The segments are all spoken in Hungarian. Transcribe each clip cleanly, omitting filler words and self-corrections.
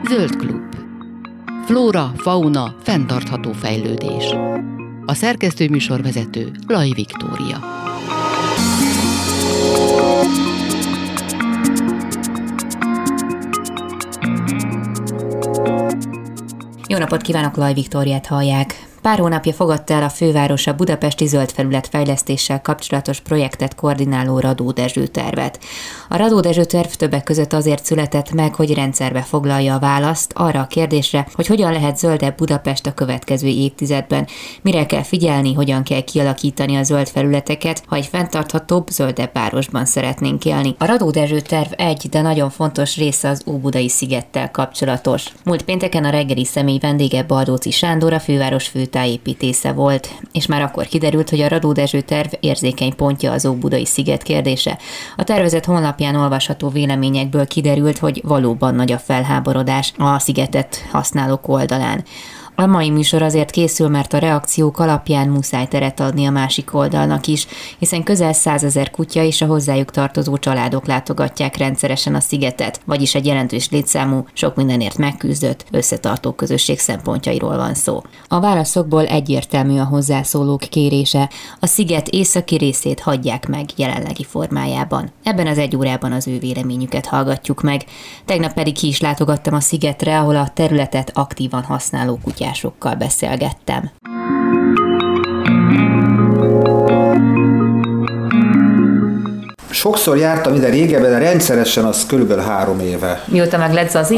Zöld klub. Flóra, fauna, fenntartható fejlődés. A szerkesztő műsorvezető Laj Viktória. Jó napot kívánok, Laj Viktóriát hallják! Pár hónapja fogadta el a főváros a budapesti zöldfelület fejlesztéssel kapcsolatos projektet koordináló Radó Dezső tervet. A Radó Dezső terv többek között azért született meg, hogy rendszerbe foglalja a választ arra a kérdésre, hogy hogyan lehet zöldebb Budapest a következő évtizedben, mire kell figyelni, hogyan kell kialakítani a zöld felületeket, ha egy fenntarthatóbb, zöldebb városban szeretnénk élni. A Radó Dezső terv egy, de nagyon fontos része az Óbudai szigettel kapcsolatos. Múlt pénteken a reggeli személy vendége Baldóczy Sándor, a főváros főtájépítésze volt, és már akkor kiderült, hogy a Radó Dezső terv érzékeny pontja az Óbudai sziget kérdése. A tervezet honlapján olvasható véleményekből kiderült, hogy valóban nagy a felháborodás a szigetet használók oldalán. A mai műsor azért készül, mert a reakciók alapján muszáj teret adni a másik oldalnak is, hiszen közel 100 000 kutya és a hozzájuk tartozó családok látogatják rendszeresen a szigetet, vagyis egy jelentős létszámú, sok mindenért megküzdött, összetartó közösség szempontjairól van szó. A válaszokból egyértelmű a hozzászólók kérése, a sziget északi részét hagyják meg jelenlegi formájában. Ebben az egy órában az ő véleményüket hallgatjuk meg. Tegnap pedig ki is látogattam a szigetre, ahol a területet aktívan használó kutyásokkal beszélgettem. Sokszor jártam ide régebben, de rendszeresen az körülbelül 3 éve. Mióta meg lett Zazi?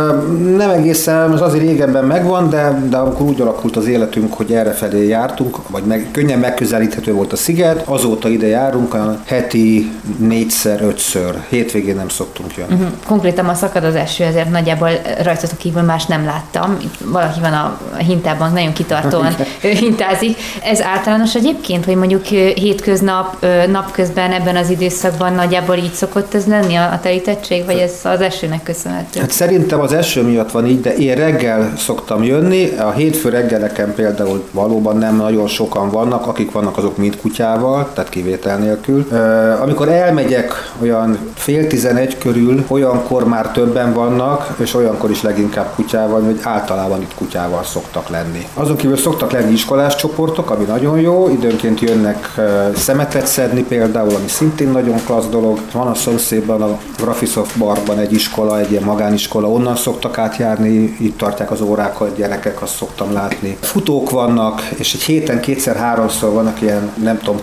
Nem egészen, az azért régebben megvan, de amikor úgy alakult az életünk, hogy errefelé jártunk, vagy könnyen megközelíthető volt a sziget, azóta ide járunk, heti 4-5-ször, hétvégén nem szoktunk jönni. Konkrétan ma szakad az eső, ezért nagyjából rajtatok kívül más nem láttam. Valaki van a hintában, nagyon kitartóan hintázik. Ez általános egyébként, hogy mondjuk hétköznap, napközben ebben az időszakban nagyjából így szokott ez lenni a terítettség, vagy ez az esőnek köszönhető? Hát szerintem az eső miatt van így, de én reggel szoktam jönni, a hétfő reggeleken például valóban nem nagyon sokan vannak, akik vannak azok mind kutyával, tehát kivétel nélkül. Amikor elmegyek olyan 10:30 körül, olyankor már többen vannak, és olyankor is leginkább kutyával, vagy általában itt kutyával szoktak lenni. Azon kívül szoktak lenni iskolás csoportok, ami nagyon jó, időnként jönnek szemetet szedni például, ami szintén nagyon klassz dolog. Van a szomszédban, a Grafisov Parkban egy iskola, egy ilyen magániskola, onnan szoktak átjárni, itt tartják az órákat, gyerekek, azt szoktam látni. Futók vannak, és egy héten 2-3-szor vannak ilyen, nem tudom,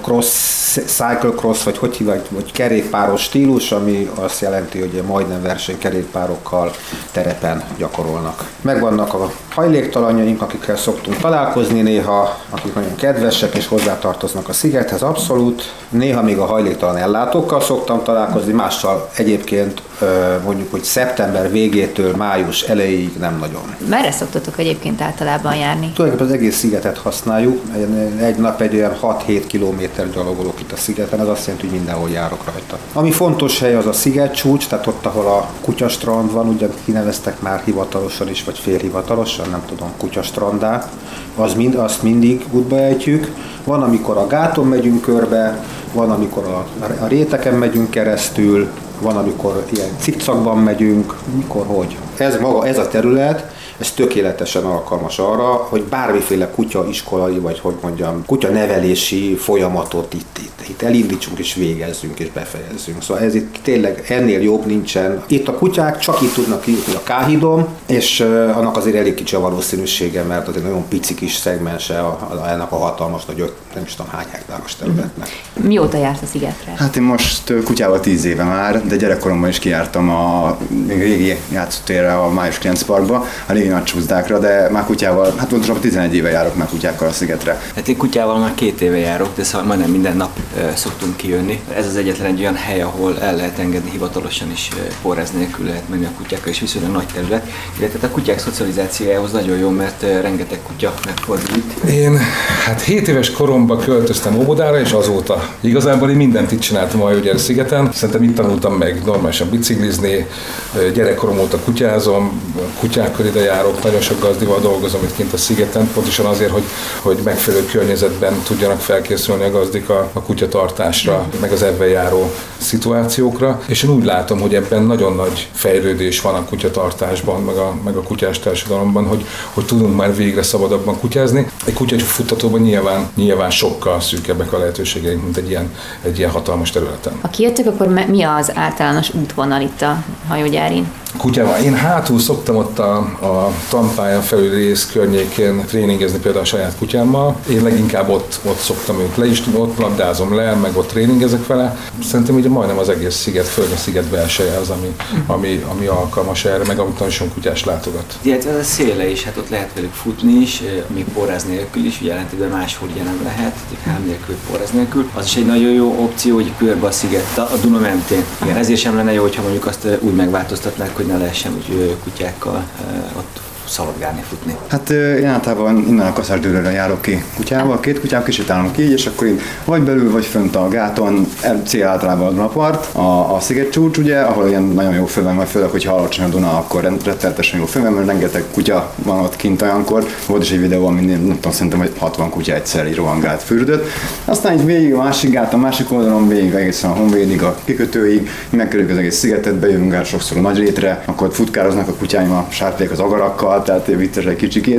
cycle cross, vagy hogy hívják, vagy kerékpáros stílus, ami azt jelenti, hogy majdnem versenykerékpárokkal terepen gyakorolnak. Megvannak a hajléktalanjaink, akikkel szoktunk találkozni néha, akik nagyon kedvesek és hozzátartoznak a szigethez, abszolút. Néha még a hajléktalan ellátókkal szoktam találkozni, mással egyébként mondjuk, hogy szeptember végétől május elejéig nem nagyon. Merre szoktatok egyébként általában járni? Tulajdonképpen az egész szigetet használjuk. Egy nap egy olyan 6-7 kilométer gyalogolok itt a szigeten, ez azt jelenti, hogy mindenhol járok rajta. Ami fontos hely az a szigetcsúcs, tehát ott, ahol a kutyastrand van, ugye kineveztek már hivatalosan is, vagy félhivatalosan, nem tudom, kutyastrandá. Azt mindig útba ejtjük. Van, amikor a gáton megyünk körbe, van, amikor a réteken megyünk keresztül, van, amikor ilyen cikcakban megyünk, mikor, hogy. Ez a terület, ez tökéletesen alkalmas arra, hogy bármiféle kutyaiskolai, vagy hogy mondjam, kutyanevelési folyamatot itt elindítsunk és végezzünk és befejezzünk. Szóval ez itt tényleg ennél jobb nincsen. Itt a kutyák csak itt tudnak kijutni a K-hídon, és annak azért elég kicsi a valószínűsége, mert azért nagyon pici kis szegmense ennek a hatalmas nagy, nem is tudom hány hektáros területnek. Mióta jársz a szigetre? Hát én most kutyával 10 éve már, de gyerekkoromban is kijártam a régi játszótérre, a Május 9 parkba, a régi nagy csúszdákra, de már kutyával, hát pontosabban 11 éve járok már kutyákkal a szigetre. Hát én kutyával már 2 éve járok, de szóval majdnem minden nap szoktunk kijönni. Ez az egyetlen egy olyan hely, ahol el lehet engedni hivatalosan is, porráz nélkül lehet menni a kutyákkal, és viszonylag nagy terület. Illetve a kutyák szocializációjához nagyon jó, mert rengeteg kutya megfordul itt. Én 7 éves koromban költöztem Óbudára, és azóta igazából én mindent itt csináltam a Hajógyár szigeten. Szerintem itt tanultam meg normálisan biciklizni, gyerekkorom óta kutyázom, kutyákkal ide járok, nagyon sok gazdival dolgozom itt kint a szigeten, pontosan azért, hogy megfelelő környezetben tudjanak felkészülni a gazdik a kutyatartásra, meg az ebben járó szituációkra, és én úgy látom, hogy ebben nagyon nagy fejlődés van a kutyatartásban, meg a kutyás társadalomban, hogy tudunk már végre szabadabban kutyázni. Egy kutyafuttatóban nyilván sokkal szűkebbek a lehetőségeink, mint egy ilyen hatalmas területen. Ha kijöttök, akkor mi az általános útvonal itt a hajógyárin? Kutyával. Én hátul szoktam ott a tanpálya felüli rész környékén tréningezni például a saját kutyámmal. Én leginkább ott szoktam őt le is, ott labdázom le, meg ott tréningezek vele. Szerintem ugye majdnem az egész sziget, főleg a sziget belseje az, ami alkalmas erre, meg amit nagyon sok kutyás látogat. Illetve a széle is, hát ott lehet velük futni is, még porráz nélkül is, ugye jelentében máshol ugye nem lehet, hám nélkül, porráz nélkül. Az is egy nagyon jó opció, hogy körbe a sziget a Duna mentén. Igen, ezért sem lenne jó, hogyha mondjuk azt úgy megváltoztatnák, hogy ne lehessen úgy kutyákkal ott szaladgálni, futni. Hát én általában innen a Kaszásdőrre járok ki kutyával, 2 kutyám kisétálunk így, és akkor így vagy belül, vagy fönt a gáton, cél általában a Dunapart, a szigetcsúcs, ugye, ahol ilyen nagyon jó főben van, főleg, hogyha alacsony a Duna, akkor rettenetesen jó főben, mert rengeteg kutya van ott kint olyankor. Volt is egy videó, amin nem tudom, szerintem, hogy 60 kutya egyszer így rohangált, fürdött. Aztán így végig a másik gáton, a másik oldalon végig egészen a Honvédig, a kikötőig, megkerüljük az egész szigetet, bejövünk át sokszor a Nagyrétre, akkor futkároznak a kutyáim a sárték az agarakkal, tehát vicces egy kicsikét,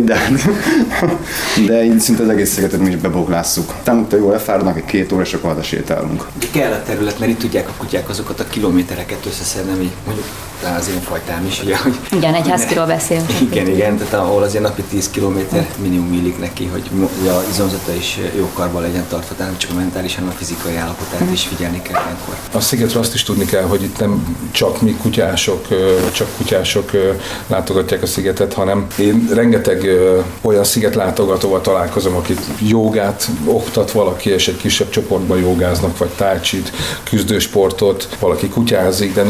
de így szinte az egész szigetet mi is beboglásszuk. Utána jól lefáradnak, egy 2 óra, és akkor haza sétálunk. Kell a terület, mert itt tudják a kutyák azokat a kilométereket összeszedni, ami mondjuk az én fajtám is, ugye, hogy... Igen, egy huskyról beszélünk. Igen, tehát ahol azért napi 10 kilométer minimum illik neki, hogy a izomzata is jó karban legyen tartva, tehát nem csak a mentális, hanem a fizikai állapotát is figyelni kell ilyenkor. A szigetről azt is tudni kell, hogy itt nem csak mi kutyások látogatják a szigetet, hanem én rengeteg olyan szigetlátogatóval találkozom, akit jogát oktat valaki, és egy kisebb csoportban jogáznak, vagy tai chit, küzdősportot, valaki kutyázik, de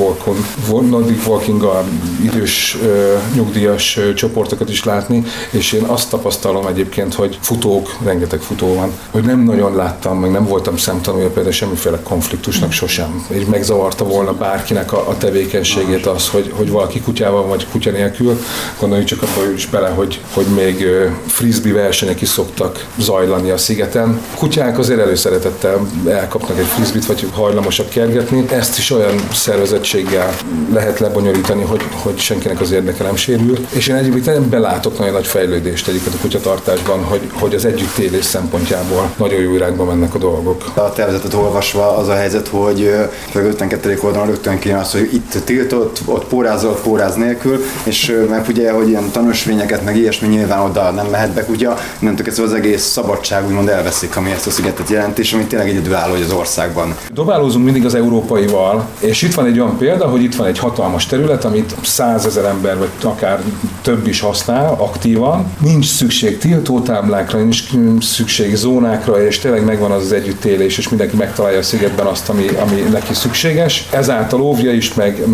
Nordic walking-gal idős nyugdíjas csoportokat is látni, és én azt tapasztalom egyébként, hogy rengeteg futó van, hogy nem nagyon láttam, meg nem voltam szemtanúja például semmiféle konfliktusnak sosem. És megzavarta volna bárkinek a tevékenységét az, hogy valaki kutyával vagy kutya nélkül. Gondoljuk csak abban is bele, hogy még frisbee versenyek is szoktak zajlani a szigeten. Kutyák azért előszeretettel elkapnak egy frisbee-t, vagy hajlamosak kergetni. Ezt is olyan szervezettséggel lehet lebonyolítani, hogy senkinek az érdeke nem sérül. És én egyébként belátok nagyon nagy fejlődést egyébként a kutyatartásban, hogy az együttélés szempontjából nagyon jó irányba mennek a dolgok. A tervezetet olvasva az a helyzet, hogy 52. oldalon rögtön kijön az, hogy itt tiltott, ott póráz nélkül, és meg ugye, hogy ilyen tanúsvényeket, meg ilyesmi nyilván oda nem mehet be kutya, nem tudjuk, az egész szabadság úgymond elveszik, ami ezt a szigetet jelent, és ami tényleg egyedülálló az országban. Dobálózunk mindig az európaival, és itt van egy olyan példa, hogy itt van egy hatalmas terület, amit 100 000 ember, vagy akár több is használ aktívan. Nincs szükség tiltótáblákra, nincs szükség zónákra, és tényleg megvan az együttélés, és mindenki megtalálja a szigetben azt, ami neki szükséges. Ezáltal óvja is,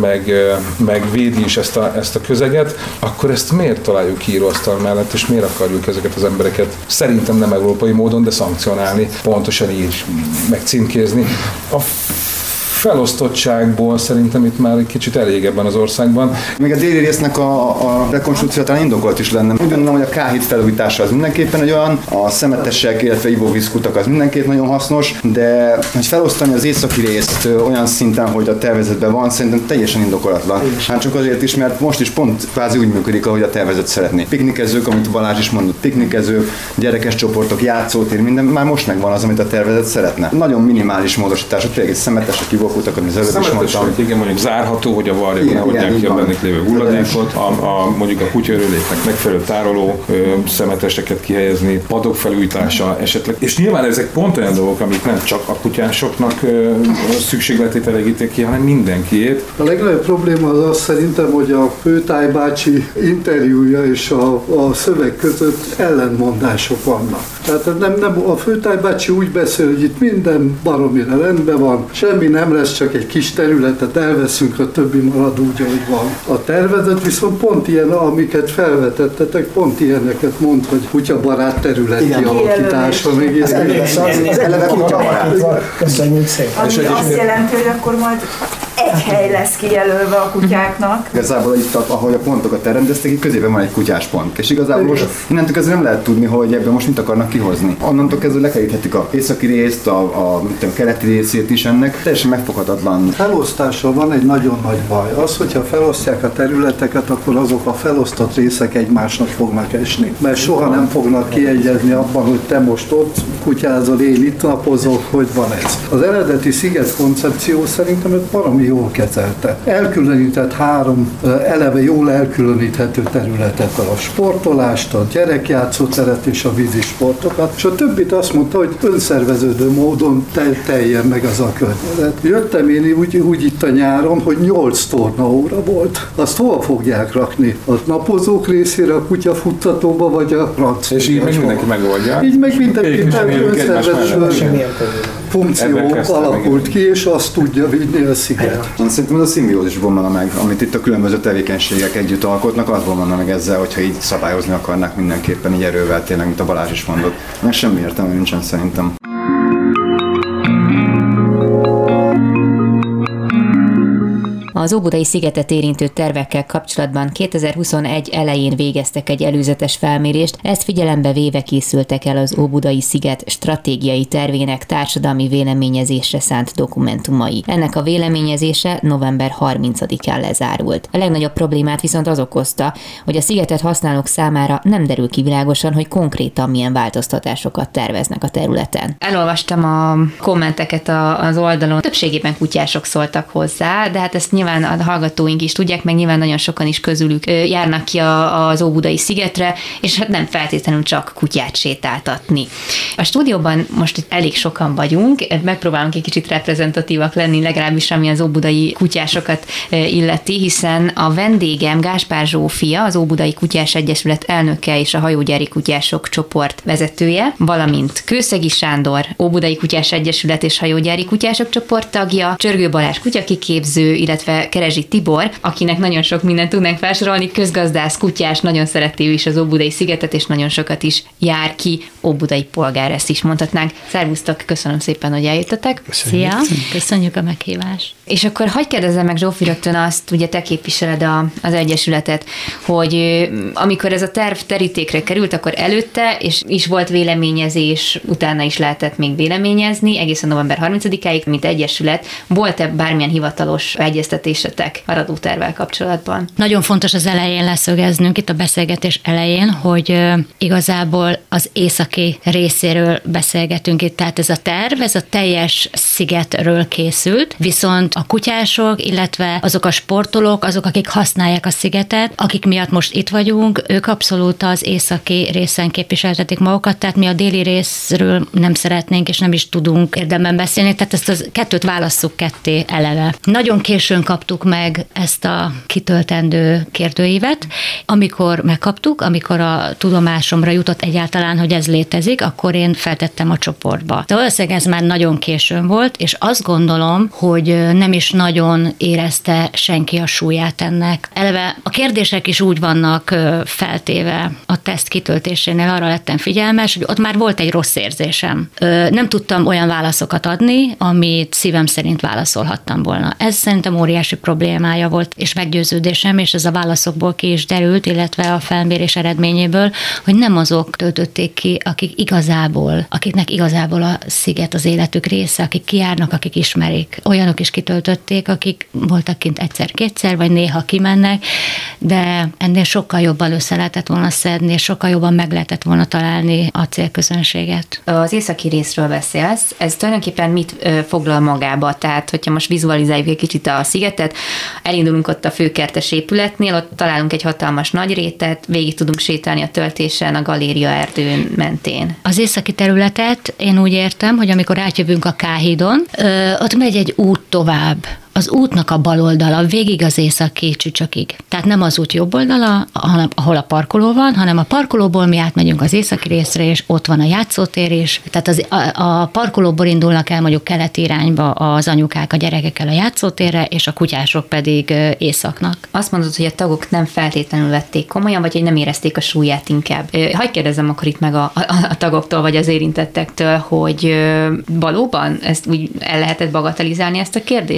meg védi is ezt a közeget, akkor ezt miért találjuk kiíróasztal mellett, és miért akarjuk ezeket az embereket szerintem nem európai módon, de szankcionálni, pontosan így megcímkézni. A felosztottságból szerintem itt már egy kicsit elég ebben az országban. Még a déli résznek a rekonstrukció talán indokolt is lenne. Úgy gondolom, hogy a K-híd felújítása az mindenképpen egy olyan, a szemetesek, illetve ivóvízkutak az mindenképp nagyon hasznos, de hogy felosztani az északi részt olyan szinten, hogy a tervezetben van, szerintem teljesen indokolatlan. Hát csak azért is, mert most is pont kvázi úgy működik, ahogy a tervezet szeretné. Piknikezők, amit Balázs is mondott, piknikezők, gyerekes csoportok, játszótér, minden, már most megvan az, amit a tervezet szeretne. Nagyon minimális módosítás, tényleg egy szemetes ivókutak, amit az előbb is mondtam. Igen, mondjuk zárható, hogy a varjukon ne hagyják ki a bennük lévő hulladékot, mondjuk a kutyaörüléknek megfelelő tároló szemeteseket kihelyezni, padok felújítása esetleg. És nyilván ezek pont olyan dolgok, amik nem csak a kutyásoknak szükségletét elégítik ki, hanem mindenkiét. A legnagyobb probléma az szerintem, hogy a Főtáj bácsi interjúja és a szöveg között ellentmondások vannak. Tehát nem a Főtáj bácsi úgy beszél, hogy itt minden baromira rendben van, semmi nem lesz, csak egy kis területet elveszünk, a többi marad úgy, ahogy van. A tervezet viszont pont ilyen, amiket felvetettetek, pont ilyeneket mond, hogy kutyabarát terület kialakítása. Az eleve kutyabarát. Köszönjük szépen. Ami azt jelenti, hogy akkor majd egy hely lesz kijelölve a kutyáknak. Igazából itt, ahogy a pontokat elrendeztek, itt középen van egy kutyáspont. És igazából most innentől kezdve nem lehet tudni, hogy ebben most mit akarnak kihozni. Onnantól kezdve lekeríthetik a északi részt, a keleti részét is ennek. Teljesen megfoghatatlan. Felosztással van egy nagyon nagy baj. Az, hogyha felosztják a területeket, akkor azok a felosztott részek egymásnak fognak esni. Mert soha nem fognak kiegyezni abban, hogy te most ott kutyázol, én itt napozok, hogy van ez. Az eredeti sziget koncepció szerintem őt valami jól kezelte. Elkülönített 3 eleve jól elkülöníthető területet, a sportolást, a gyerekjátszóteret és a vízisportokat, és a többit azt mondta, hogy önszerveződő módon teljen meg az a környezet. Jöttem én úgy itt a nyáron, hogy 8 tornaóra volt. Azt hova fogják rakni? A napozók részére, a kutyafuttatóba, vagy a francia? És így meg mindenki megoldja. Így meg mindenki önszerveződő funkció alakult ki, és azt tudja vinni a sziget. Én szerintem ez a szimbiózis bomlana meg, amit itt a különböző tevékenységek együtt alkotnak, az bomlana meg ezzel, hogyha így szabályozni akarnák mindenképpen így erővel, tényleg, mint a Balázs is mondott. Meg semmi értelme nincsen szerintem. Az Óbudai szigetet érintő tervekkel kapcsolatban 2021 elején végeztek egy előzetes felmérést, ezt figyelembe véve készültek el az Óbudai sziget stratégiai tervének társadalmi véleményezésre szánt dokumentumai. Ennek a véleményezése november 30-án lezárult. A legnagyobb problémát viszont az okozta, hogy a szigetet használók számára nem derül ki világosan, hogy konkrétan milyen változtatásokat terveznek a területen. Elolvastam a kommenteket az oldalon, többségében kutyások szóltak hozzá, de hát ezt nyilván a hallgatóink is tudják, meg nyilván nagyon sokan is közülük járnak ki az Óbudai szigetre, és hát nem feltétlenül csak kutyát sétáltatni. A stúdióban most elég sokan vagyunk, megpróbálunk egy kicsit reprezentatívak lenni, legalábbis ami az óbudai kutyásokat illeti, hiszen a vendégem Gáspár Zsófia, az Óbudai Kutyás Egyesület elnöke és a Hajógyári Kutyások csoport vezetője, valamint Kőszegi Sándor, Óbudai Kutyás Egyesület és Hajógyári Kutyások csoport tagja, Csörgő Balázs kutyakiképző, illetve Kerezsi Tibor, akinek nagyon sok mindent tudnánk felsorolni, közgazdász, kutyás, nagyon szereti ő is az Óbudai szigetet, és nagyon sokat is jár ki, óbudai polgár, ezt is mondhatnánk. Szervusztok, köszönöm szépen, hogy eljöttetek. Szia, köszönjük a meghívást. És akkor hagyj kérdezzem meg Zsófi rögtön azt, ugye te képviseled az Egyesületet, hogy amikor ez a terv terítékre került, akkor előtte, és is volt véleményezés, utána is lehetett még véleményezni, egészen november 30-áig, mint Egyesület, volt-e bármilyen hivatalos egyeztetésetek a radótervvel kapcsolatban? Nagyon fontos az elején leszögeznünk, itt a beszélgetés elején, hogy igazából az északi részéről beszélgetünk itt, tehát ez a terv, ez a teljes szigetről készült, viszont a kutyások, illetve azok a sportolók, azok, akik használják a szigetet, akik miatt most itt vagyunk, ők abszolút az északi részen képviseltetik magukat, tehát mi a déli részről nem szeretnénk, és nem is tudunk érdemben beszélni, tehát ezt a kettőt válasszuk ketté eleve. Nagyon későn kaptuk meg ezt a kitöltendő kérdőívet. Amikor megkaptuk, amikor a tudomásomra jutott egyáltalán, hogy ez létezik, akkor én feltettem a csoportba. De valószínűleg ez már nagyon későn volt, és azt gondolom, hogy nem is nagyon érezte senki a súlyát ennek. Eleve a kérdések is úgy vannak feltéve a teszt kitöltésénél, arra lettem figyelmes, hogy ott már volt egy rossz érzésem. Nem tudtam olyan válaszokat adni, amit szívem szerint válaszolhattam volna. Ez szerintem óriási problémája volt, és meggyőződésem, és ez a válaszokból ki is derült, illetve a felmérés eredményéből, hogy nem azok töltötték ki, akiknek igazából a sziget az életük része, akik kijárnak, akik ismerik. Olyanok is kitöltötték, akik voltak kint egyszer-kétszer, vagy néha kimennek, de ennél sokkal jobban össze lehetett volna szedni, és sokkal jobban meg lehetett volna találni a célközönséget. Az északi részről beszélsz, ez tulajdonképpen mit foglal magába? Tehát, hogyha most vizualizáljuk egy kicsit a szigetet, elindulunk ott a főkertes épületnél, ott találunk egy hatalmas nagy rétet, végig tudunk sétálni a töltésen, a galéria erdőn mentén. Az északi területet én úgy értem, hogy amikor átjövünk a K-hídon, ott megy egy út tovább. Az útnak a bal oldala végig az északi csücsökig. Tehát nem az út jobb oldala, ahol a parkoló van, hanem a parkolóból mi átmegyünk az északi részre, és ott van a játszótér is. Tehát a parkolóból indulnak el mondjuk keleti irányba az anyukák a gyerekekkel a játszótérre, és a kutyások pedig északnak. Azt mondod, hogy a tagok nem feltétlenül vették komolyan, vagy hogy nem érezték a súlyát inkább. Hadd kérdezzem akkor itt meg a tagoktól, vagy az érintettektől, hogy valóban ezt úgy el lehetett bagatelizálni ezt a kérdést, vagy mondjuk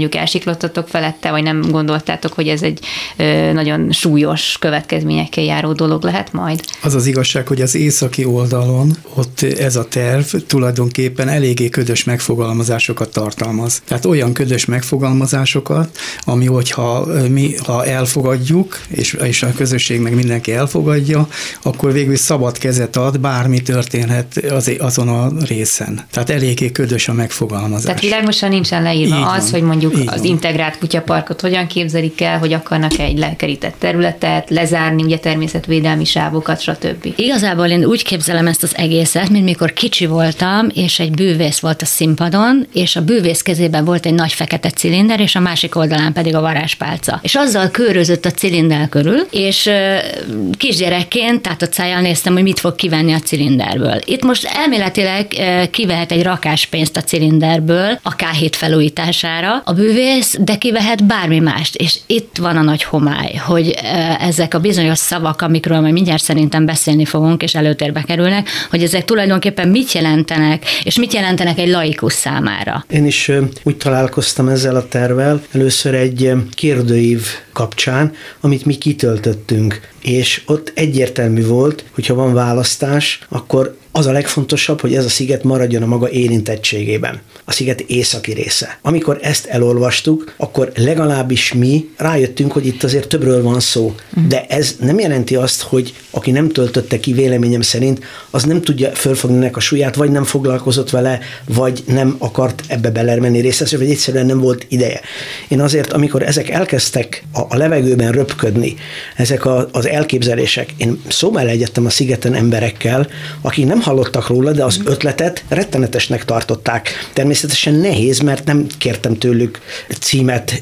mondjuk elsiklottatok felette, vagy nem gondoltátok, hogy ez egy nagyon súlyos következményekkel járó dolog lehet majd? Az az igazság, hogy az északi oldalon ott ez a terv tulajdonképpen eléggé ködös megfogalmazásokat tartalmaz. Tehát olyan ködös megfogalmazásokat, ami hogyha ha elfogadjuk, és a közösség meg mindenki elfogadja, akkor végül szabad kezet ad, bármi történhet azon a részen. Tehát eléggé ködös a megfogalmazás. Tehát világosan nincsen leírva az, hogy mondjuk az integrált kutyaparkot hogyan képzelik el, hogy akarnak egy lekerített területet, lezárni ugye természetvédelmi sávokat, stb. Igazából én úgy képzelem ezt az egészet, mint mikor kicsi voltam, és egy bűvész volt a színpadon, és a bűvész kezében volt egy nagy fekete cilinder, és a másik oldalán pedig a varázspálca. És azzal körözött a cilinder körül, és kisgyerekként tátocájjal néztem, hogy mit fog kivenni a cilinderből. Itt most elméletileg kivehet egy rakás pénzt a cilinderből a K7 felújítására a bűvész, de kivehet bármi mást. És itt van a nagy homály, hogy ezek a bizonyos szavak, amikről majd mindjárt szerintem beszélni fogunk, és előtérbe kerülnek, hogy ezek tulajdonképpen mit jelentenek, és mit jelentenek egy laikus számára. Én is úgy találkoztam ezzel a tervvel, először egy kérdőív kapcsán, amit mi kitöltöttünk, és ott egyértelmű volt, hogyha van választás, akkor az a legfontosabb, hogy ez a sziget maradjon a maga érintettségében. A sziget északi része. Amikor ezt elolvastuk, akkor legalábbis mi rájöttünk, hogy itt azért többről van szó. De ez nem jelenti azt, hogy aki nem töltötte ki véleményem szerint, az nem tudja fölfogni ennek a súlyát, vagy nem foglalkozott vele, vagy nem akart ebbe belemenni részletesen, vagy egyszerűen nem volt ideje. Én azért, amikor ezek elkezdtek a levegőben röpködni, ezek az elképzelések, én szóba elegyedtem a szigeten emberekkel, akik nem hallottak róla, de az ötletet rettenetesnek tartották. Természetesen nehéz, mert nem kértem tőlük címet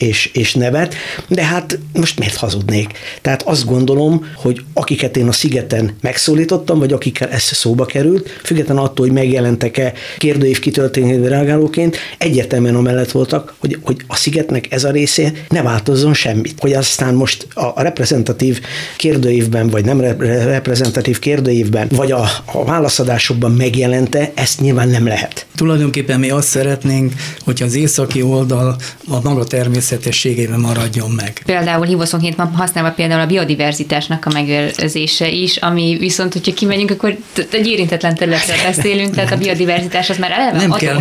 és nevet, de hát most miért hazudnék? Tehát azt gondolom, hogy akiket én a szigeten megszólítottam, vagy akikkel ez szóba került, függetlenül attól, hogy megjelentek-e kérdőív kitöltésére reagálóként, egyértelműen amellett voltak, hogy a szigetnek ez a része ne változzon semmit. Hogy aztán most a reprezentatív kérdőívben, vagy nem reprezentatív kérdőívben, vagy a válaszadásokban megjelente, ezt nyilván nem lehet. Tulajdonképpen mi azt szeretnénk, hogy az északi oldal a maga természetességében maradjon meg. Például hívószóként van használva például a biodiverzitásnak a megőrzése is, ami viszont, hogyha kimegyünk, akkor egy érintetlen területről beszélünk, tehát a biodiverzitás az már eleve nem kell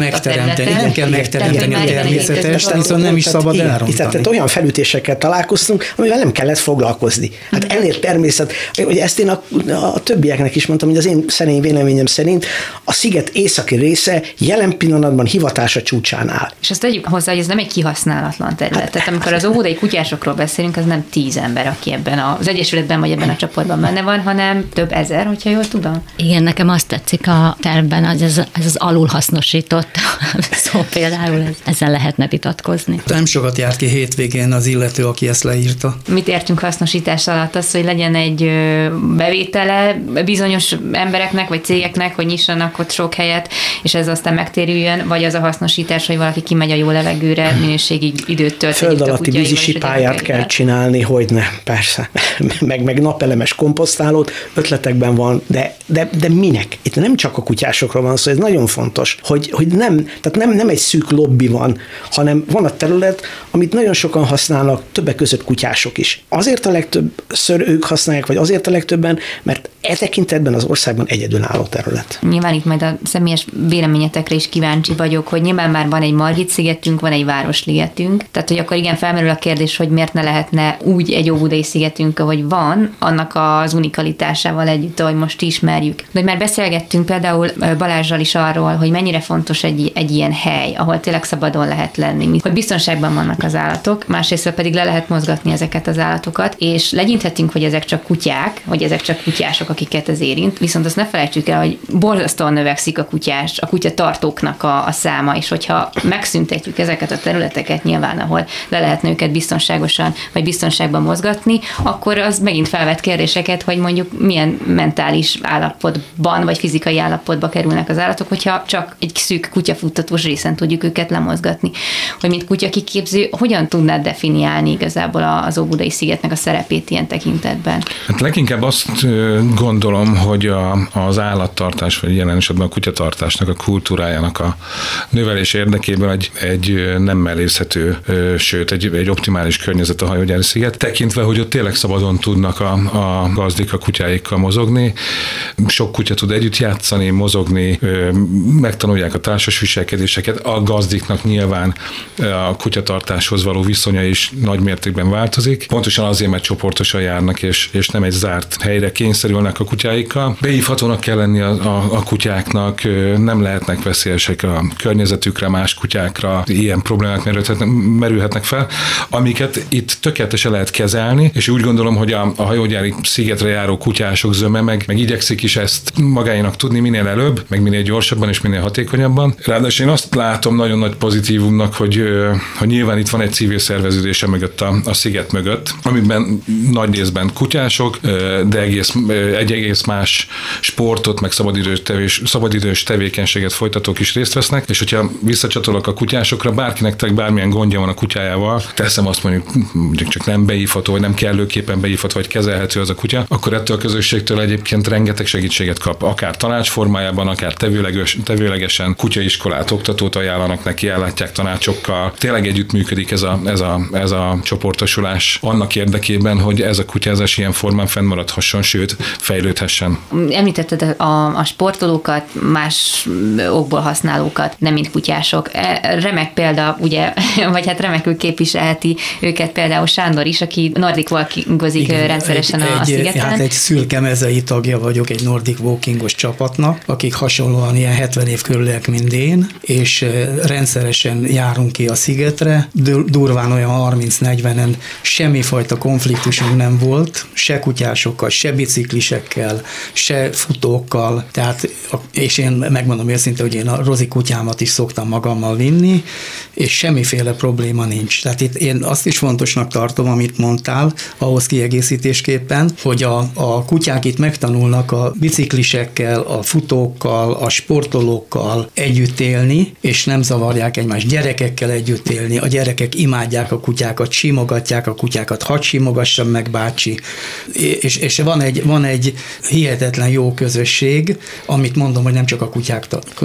megteremteni a természetest, viszont nem is szabad elrontani. Tehát olyan felütésekkel találkoztunk, amivel nem kellett foglalkozni. Hát ennél természet, hogy ezt én a többieknek is mondtam, hogy az én szerény véleményem szerint a sziget északi része jelen pillanatban hivatása csúcsán áll. És azt tegyük hozzá, hogy ez nem egy kihasználatlan terület. Tehát amikor az óvodai kutyásokról beszélünk, az nem 10 ember, aki ebben az egyesületben vagy ebben a csoportban benne van, hanem több ezer, hogyha jól tudom. Igen, nekem azt tetszik a tervben, hogy ez az alulhasznosított szó például, ezzel lehetne vitatkozni. Nem sokat járt ki hétvégén az illető, aki ezt leírta. Mit értünk hasznosítás alatt? Az, hogy legyen egy bevétele bizonyos embereknek vagy cégeknek, hogy nyissanak ott sok helyet, és ez aztán megtérüljön, vagy az a hasznosítás, hogy valaki kimegy a jó levegőre, minőségi időt tölt. Föld alatti vízisi pályát kell csinálni, hogyne, persze. meg napelemes komposztálót, ötletekben van, de minek? Itt nem csak a kutyásokról van szó, ez nagyon fontos, hogy nem egy szűk lobby van, hanem van a terület, amit nagyon sokan használnak, többek között kutyások is. Azért a legtöbbször ők használják, vagy azért a legtöbben, mert e tekintetben az országban egyedülálló terület. Nyilván itt majd a személyes véleményetekre is kíváncsi vagyok, hogy nyilván már van egy Margit-szigetünk, van egy Városligetünk, tehát hogy akkor igen, felmerül a kérdés, hogy miért ne lehetne úgy egy óbudai szigetünk, ahogy van, annak az unikalitásával együtt, ahogy most ismerjük. De hogy már beszélgettünk például Balázsral is arról, hogy mennyire fontos egy ilyen hely, ahol tényleg szabadon lehet lenni, hogy biztonságban vannak az állatok, másrészt pedig le lehet mozgatni ezeket az állatokat, és legyinthetünk, hogy ezek csak kutyák, vagy ezek csak kutyások, akiket ez érint, viszont azt ne felejtsük el, hogy borzasztóan növekszik a kutyatartóknak a száma, és hogyha megszüntetjük ezeket a területeket nyilván, ahol le lehetne őket biztonságosan, vagy biztonságban mozgatni, akkor az megint felvet kérdéseket, hogy mondjuk milyen mentális állapotban, vagy fizikai állapotba kerülnek az állatok, hogyha csak egy szűk kutyafuttatós részen tudjuk őket lemozgatni. Hogy mint kutyakiképző, hogyan tudnád definiálni javítani igazából az Óbudai szigetnek a szerepét ilyen tekintetben? Hát leginkább azt gondolom, hogy az állattartás, vagy jelen esetben a kutyatartásnak, a kultúrájának a növelés érdekében egy nem mellészhető, sőt egy optimális környezet a Hajógyári sziget, tekintve, hogy ott tényleg szabadon tudnak a gazdik a kutyáikkal mozogni. Sok kutya tud együtt játszani, mozogni, megtanulják a társas viselkedéseket. A gazdiknak nyilván a kutyatartáshoz való viszonya is nagy mértékben változik. Pontosan azért, mert csoportosan járnak, és nem egy zárt helyre kényszerülnek a kutyáikkal. Beívhatónak kell lenni a kutyáknak, nem lehetnek veszélyesek a környezetükre, más kutyákra, ilyen problémák merülhetnek fel, amiket itt tökéletesen lehet kezelni, és úgy gondolom, hogy a Hajógyári szigetre járó kutyások zöme meg igyekszik is ezt magáénak tudni minél előbb, meg minél gyorsabban és minél hatékonyabban. Ráadásul én azt látom nagyon nagy pozitívumnak, hogy nyilván itt van egy civil szerveződése mögött a sziget mögött, amiben nagy részben kutyások, de egy egész más sportot, meg szabadidős tevékenységet folytatók is részt vesznek, és hogyha visszacsatolok a kutyásokra, bárkinek bármilyen gondja van a kutyájával, teszem azt mondjuk csak nem beívható, vagy nem kellőképpen beívható, vagy kezelhető az a kutya, akkor ettől a közösségtől egyébként rengeteg segítséget kap, akár tanács formájában, akár tevőlegesen kutyaiskolát, oktatót ajánlanak neki, ellátják tanácsokkal. Tényleg együttműködik ez a csoportosulás annak érdekében, hogy ez a kutyázás ilyen formán fennmaradhasson, sőt, fejlődhessen. Említetted a sportolókat, más okból használókat, nem mint kutyások. Remek példa, ugye, vagy hát remekül képviselheti őket például Sándor is, aki Nordic Walkingozik rendszeresen a szigeten. Hát egy szürke mezei tagja vagyok egy Nordic Walkingos csapatnak, akik hasonlóan ilyen 70 év körüliek, mint én, és rendszeresen járunk ki a szigetre. Durván olyan 30-40-en semmifajta konfliktusunk nem volt, se kutyásokkal, se biciklisekkel, se futókkal, tehát, és én megmondom őszintén, hogy én a Rozi kutyámat is szoktam magammal vinni, és semmiféle probléma nincs. Tehát itt én azt is fontosnak tartom, amit mondtál, ahhoz kiegészítésképpen, hogy a kutyák itt megtanulnak a biciklisekkel, a futókkal, a sportolókkal együtt élni, és nem zavarják egymást, gyerekekkel együtt élni. A gyerekek imádják a kutyákat, simogatják a kutyákat, hadd simogassam meg, bácsi. És van egy hihetetlen jó közösség, amit mondom, hogy nem csak a kutyák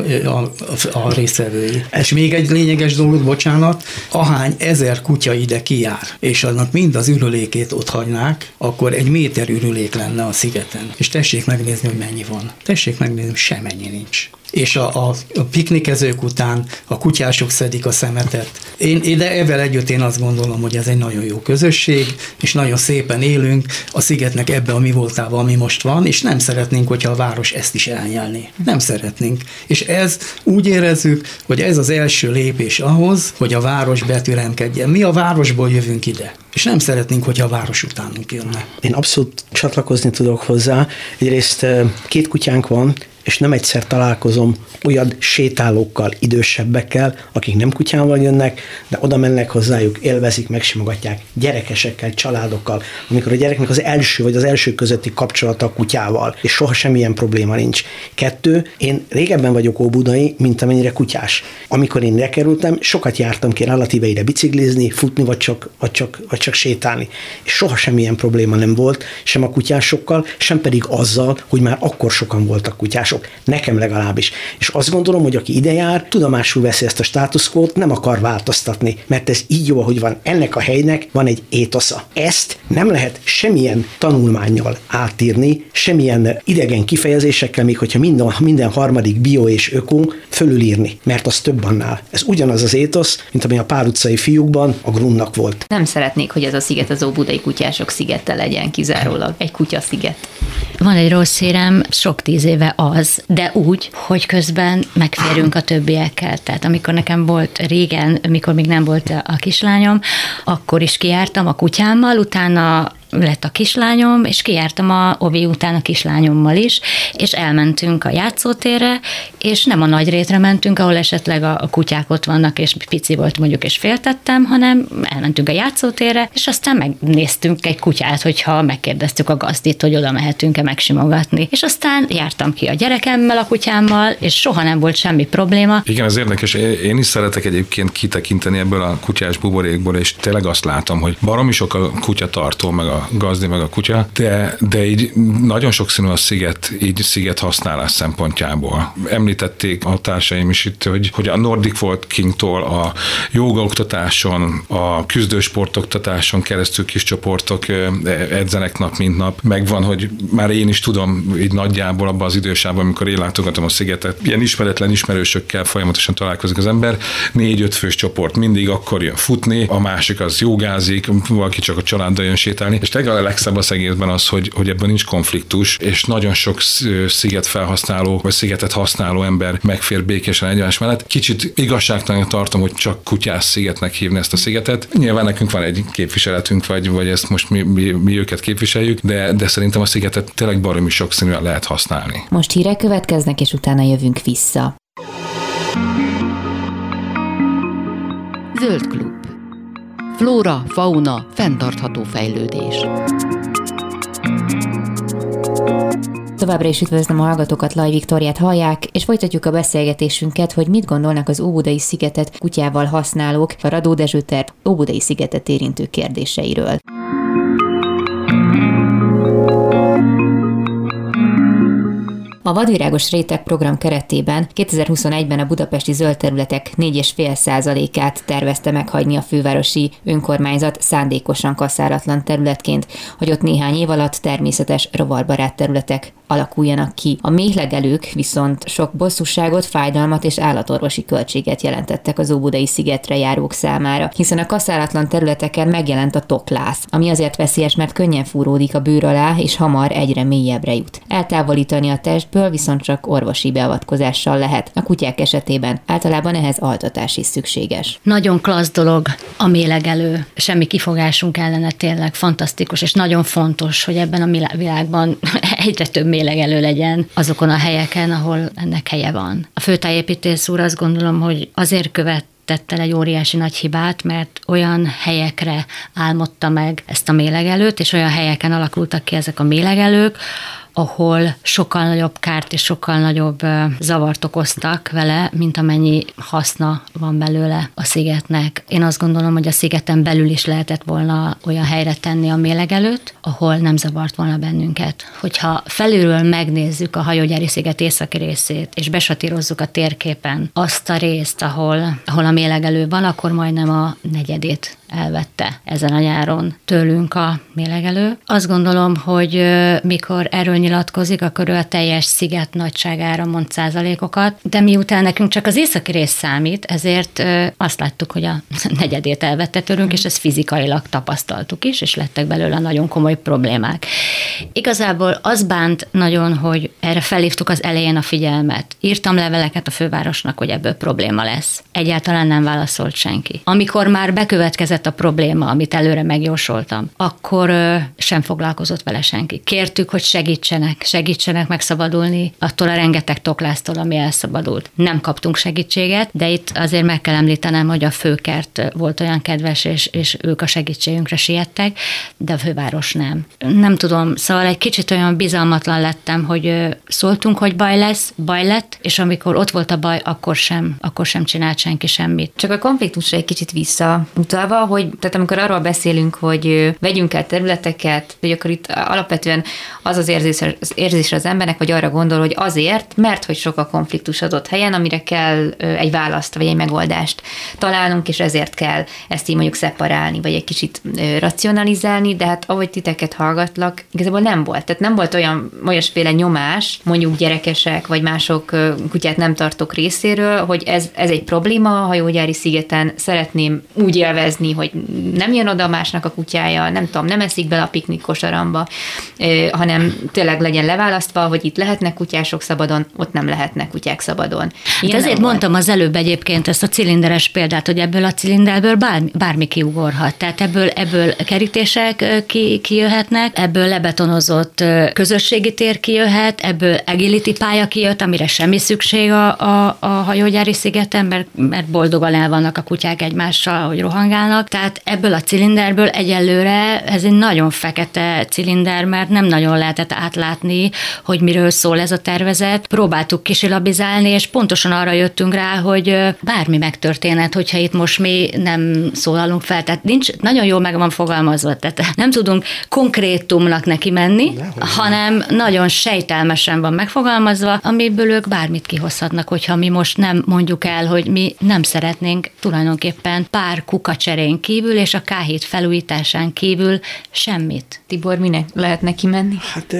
a résztvevői. És még egy lényeges dolog, bocsánat, ahány 1000 kutya ide kijár, és annak mind az ürülékét ott hagynák, akkor 1 méter ürülék lenne a szigeten. És tessék megnézni, hogy mennyi van. Tessék megnézni, semmennyi nincs. És a piknikezők után a kutyások szedik a szemetet. De ezzel együtt én azt gondolom, hogy ez egy nagyon jó közösség, és nagyon szépen élünk a szigetnek ebbe a mi voltában, ami most van, és nem szeretnénk, hogyha a város ezt is elnyelni. Nem szeretnénk. És ez úgy érezzük, hogy ez az első lépés ahhoz, hogy a város betüremkedjen. Mi a városból jövünk ide, és nem szeretnénk, hogyha a város utánunk jönne. Én abszolút csatlakozni tudok hozzá. Egyrészt 2 kutyánk van, és nem egyszer találkozom olyan sétálókkal, idősebbekkel, akik nem kutyával jönnek, de oda mennek hozzájuk, élvezik, megsimogatják, gyerekesekkel, családokkal, amikor a gyereknek az első vagy az első közötti kapcsolata a kutyával, és soha semmilyen probléma nincs. 2, én régebben vagyok óbudai, mint amennyire kutyás. Amikor én ide kerültem, sokat jártam ki relatíve ide biciklizni, futni, vagy csak sétálni. És soha semmilyen probléma nem volt, sem a kutyásokkal, sem pedig azzal, hogy már akkor sokan voltak kutyások. Nekem legalábbis. És azt gondolom, hogy aki ide jár, tudomásul veszi ezt a státuszkót, nem akar változtatni, mert ez így jó, ahogy van. Ennek a helynek van egy étosza. Ezt nem lehet semmilyen tanulmánnyal átírni, semmilyen idegen kifejezésekkel, még hogyha minden harmadik bio és öko fölülírni, mert az több annál. Ez ugyanaz az étosz, mint ami a Pál utcai fiúkban a Grunnak volt. Nem szeretnék, hogy ez a sziget az óbudai kutyások szigete legyen kizárólag. Egy kutyasziget. Van egy rossz hírem, sok 10 éve az, de úgy, hogy közben megférünk a többiekkel. Tehát amikor nekem volt régen, mikor még nem volt a kislányom, akkor is kijártam a kutyámmal, utána lett a kislányom, és kijártam a ovi után a kislányommal is, és elmentünk a játszótérre, és nem a nagy rétre mentünk, ahol esetleg a kutyák ott vannak, és pici volt mondjuk, és féltettem, hanem elmentünk a játszótérre, és aztán megnéztünk egy kutyát, hogyha megkérdeztük a gazdit, hogy oda mehetünk-e megsimogatni. És aztán jártam ki a gyerekemmel, a kutyámmal, és soha nem volt semmi probléma. Igen, ez érdekes. Én is szeretek egyébként kitekinteni ebből a kutyás buborékból, és tényleg azt látom, hogy baromi sok a kutyatartó, meg a gazdi, meg a kutya, de így nagyon sokszínű a sziget használás szempontjából. Említették a társaim is itt, hogy a Nordic Walking-tól a jógaoktatáson, a küzdősportoktatáson keresztül kis csoportok edzenek nap mint nap. Megvan, hogy már én is tudom így nagyjából abban az idősában, amikor én látogatom a szigetet, ilyen ismeretlen ismerősökkel folyamatosan találkozik az ember, 4-5 fős csoport mindig akkor jön futni, a másik az jogázik, valaki csak a családdal jön sétálni, és tényleg a legszebb az egészben az, hogy ebben nincs konfliktus, és nagyon sok sziget felhasználó, vagy szigetet használó ember megfér békésen egymás mellett. Kicsit igazságtalanul tartom, hogy csak kutyás szigetnek hívni ezt a szigetet. Nyilván nekünk van egy képviseletünk, vagy ezt most mi őket képviseljük, de szerintem a szigetet tényleg baromi sokszínűen lehet használni. Most hírek következnek, és utána jövünk vissza. Zöld klub. Flóra, fauna, fenntartható fejlődés. Továbbra is üdvözlöm a hallgatókat, Laj Viktóriát hallják, és folytatjuk a beszélgetésünket, hogy mit gondolnak az Óbudai szigetet kutyával használók a Radó Dezső terv Óbudai szigetet érintő kérdéseiről. A Vadvirágos Réteg program keretében 2021-ben a budapesti zöld területek 4,5%-át tervezte meghagyni a fővárosi önkormányzat szándékosan kaszálatlan területként, hogy ott néhány év alatt természetes rovarbarát területek alakuljanak ki. A méhlegelők viszont sok bosszúságot, fájdalmat és állatorvosi költséget jelentettek az Óbudai szigetre járók számára, hiszen a kaszálatlan területeken megjelent a toklász, ami azért veszélyes, mert könnyen fúródik a bőr alá, és hamar egyre mélyebbre jut. Eltávolítani a testből viszont csak orvosi beavatkozással lehet. A kutyák esetében általában ehhez altatás is szükséges. Nagyon klassz dolog a méhlegelő. Semmi kifogásunk ellene, tényleg fantasztikus, és nagyon fontos, hogy ebben a világban egyre több méhlegelő legyen azokon a helyeken, ahol ennek helye van. A főtájépítész úr, azt gondolom, hogy azért tett el egy óriási nagy hibát, mert olyan helyekre álmodta meg ezt a méhlegelőt, és olyan helyeken alakultak ki ezek a méhlegelők, ahol sokkal nagyobb kárt és sokkal nagyobb zavart okoztak vele, mint amennyi haszna van belőle a szigetnek. Én azt gondolom, hogy a szigeten belül is lehetett volna olyan helyre tenni a méhlegelőt, ahol nem zavart volna bennünket. Hogyha felülről megnézzük a Hajógyári sziget északi részét, és besatírozzuk a térképen azt a részt, ahol a méhlegelő van, akkor majdnem a negyedét elvette ezen a nyáron tőlünk a méhlegelő. Azt gondolom, hogy mikor erről nyilatkozik, akkor ő a teljes sziget nagyságára mond százalékokat, de miután nekünk csak az északi rész számít, ezért azt láttuk, hogy a negyedét elvette tőlünk, és ezt fizikailag tapasztaltuk is, és lettek belőle nagyon komoly problémák. Igazából az bánt nagyon, hogy erre felhívtuk az elején a figyelmet. Írtam leveleket a fővárosnak, hogy ebből probléma lesz. Egyáltalán nem válaszolt senki. Amikor már bekövetkezett a probléma, amit előre megjósoltam, akkor sem foglalkozott vele senki. Kértük, hogy segítsenek megszabadulni attól a rengeteg toklásztól, ami elszabadult. Nem kaptunk segítséget, de itt azért meg kell említenem, hogy a főkert volt olyan kedves, és ők a segítségünkre siettek, de a főváros nem. Nem tudom, szóval egy kicsit olyan bizalmatlan lettem, hogy szóltunk, hogy baj lett, és amikor ott volt a baj, akkor sem csinált senki semmit. Csak a konfliktusra egy kicsit visszautalva, tehát amikor arról beszélünk, hogy vegyünk el területeket, hogy akkor itt alapvetően az érzés az embernek, vagy arra gondol, hogy azért, mert hogy sok a konfliktus adott helyen, amire kell egy választ, vagy egy megoldást találnunk, és ezért kell ezt így mondjuk szeparálni, vagy egy kicsit racionalizálni, de hát ahogy titeket hallgatlak, igazából nem volt. Tehát nem volt olyasféle nyomás, mondjuk gyerekesek, vagy mások kutyát nem tartók részéről, hogy ez egy probléma a Hajógyári szigeten, szeretném úgy élvezni, hogy nem jön oda másnak a kutyája, nem tudom, nem eszik bele a piknik kosaramba, hanem tényleg legyen leválasztva, hogy itt lehetnek kutyások szabadon, ott nem lehetnek kutyák szabadon. Hát ezért mondtam az előbb egyébként ezt a cilinderes példát, hogy ebből a cilinderből bármi kiugorhat. Tehát ebből kerítések kijöhetnek, ebből lebetonozott közösségi tér kijöhet, ebből agility pálya kijött, amire semmi szükség a hajógyári szigeten, mert boldogan el vannak a kutyák egymással, hogy rohangálnak. Tehát ebből a cilinderből egyelőre ez egy nagyon fekete cilinder, mert nem nagyon lehetett átlátni, hogy miről szól ez a tervezet. Próbáltuk kisilabizálni, és pontosan arra jöttünk rá, hogy bármi megtörténhet, hogyha itt most mi nem szólalunk fel. Tehát nagyon jól meg van fogalmazva, tehát nem tudunk konkrétumnak neki menni, hanem nagyon sejtelmesen van megfogalmazva, amiből ők bármit kihozhatnak, hogyha mi most nem mondjuk el, hogy mi nem szeretnénk tulajdonképpen pár kukacserén kívül, és a K7 felújításán kívül semmit. Tibor, minek lehet neki menni? Hát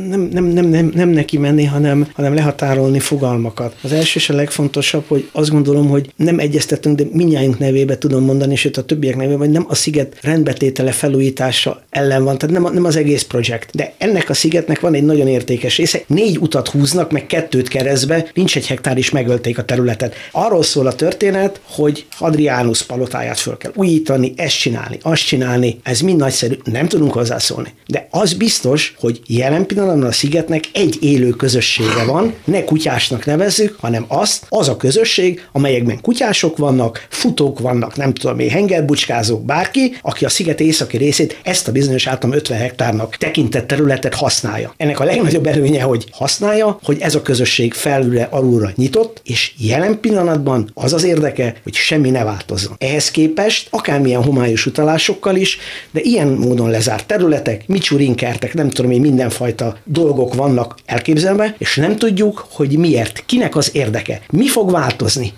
nem neki menni, hanem lehatárolni fogalmakat. Az első és a legfontosabb, hogy azt gondolom, hogy nem egyeztetünk, de mindnyájunk nevébe tudom mondani, sőt a többiek nevében, hogy nem a sziget rendbetétele felújítása ellen van, tehát nem az egész projekt. De ennek a szigetnek van egy nagyon értékes része. 4 utat húznak, meg 2 keresztbe, nincs 1 hektár is, megölték a területet. Arról szól a történet, hogy Hadrianus palotáját föl kell újítani, ezt csinálni, azt csinálni, ez mind nagyszerű, nem tudunk hozzászólni. De az biztos, hogy jelen pillanatban a szigetnek egy élő közössége van, ne kutyásnak nevezzük, hanem az a közösség, amelyekben kutyások vannak, futók vannak, nem tudom én, hengerbucskázók, bárki, aki a sziget északi részét, ezt a bizonyos általam 50 hektárnak tekintett területet használja. Ennek a legnagyobb előnye, hogy használja, hogy ez a közösség felülre, alulra nyitott, és jelen pillanatban az az érdeke, hogy semmi ne változzon. Ehhez képest akármilyen homályos utalásokkal is, de ilyen módon lezárt területek, micsurinkertek, nem tudom én, mindenfajta dolgok vannak elképzelve, és nem tudjuk, hogy miért, kinek az érdeke, mi fog változni,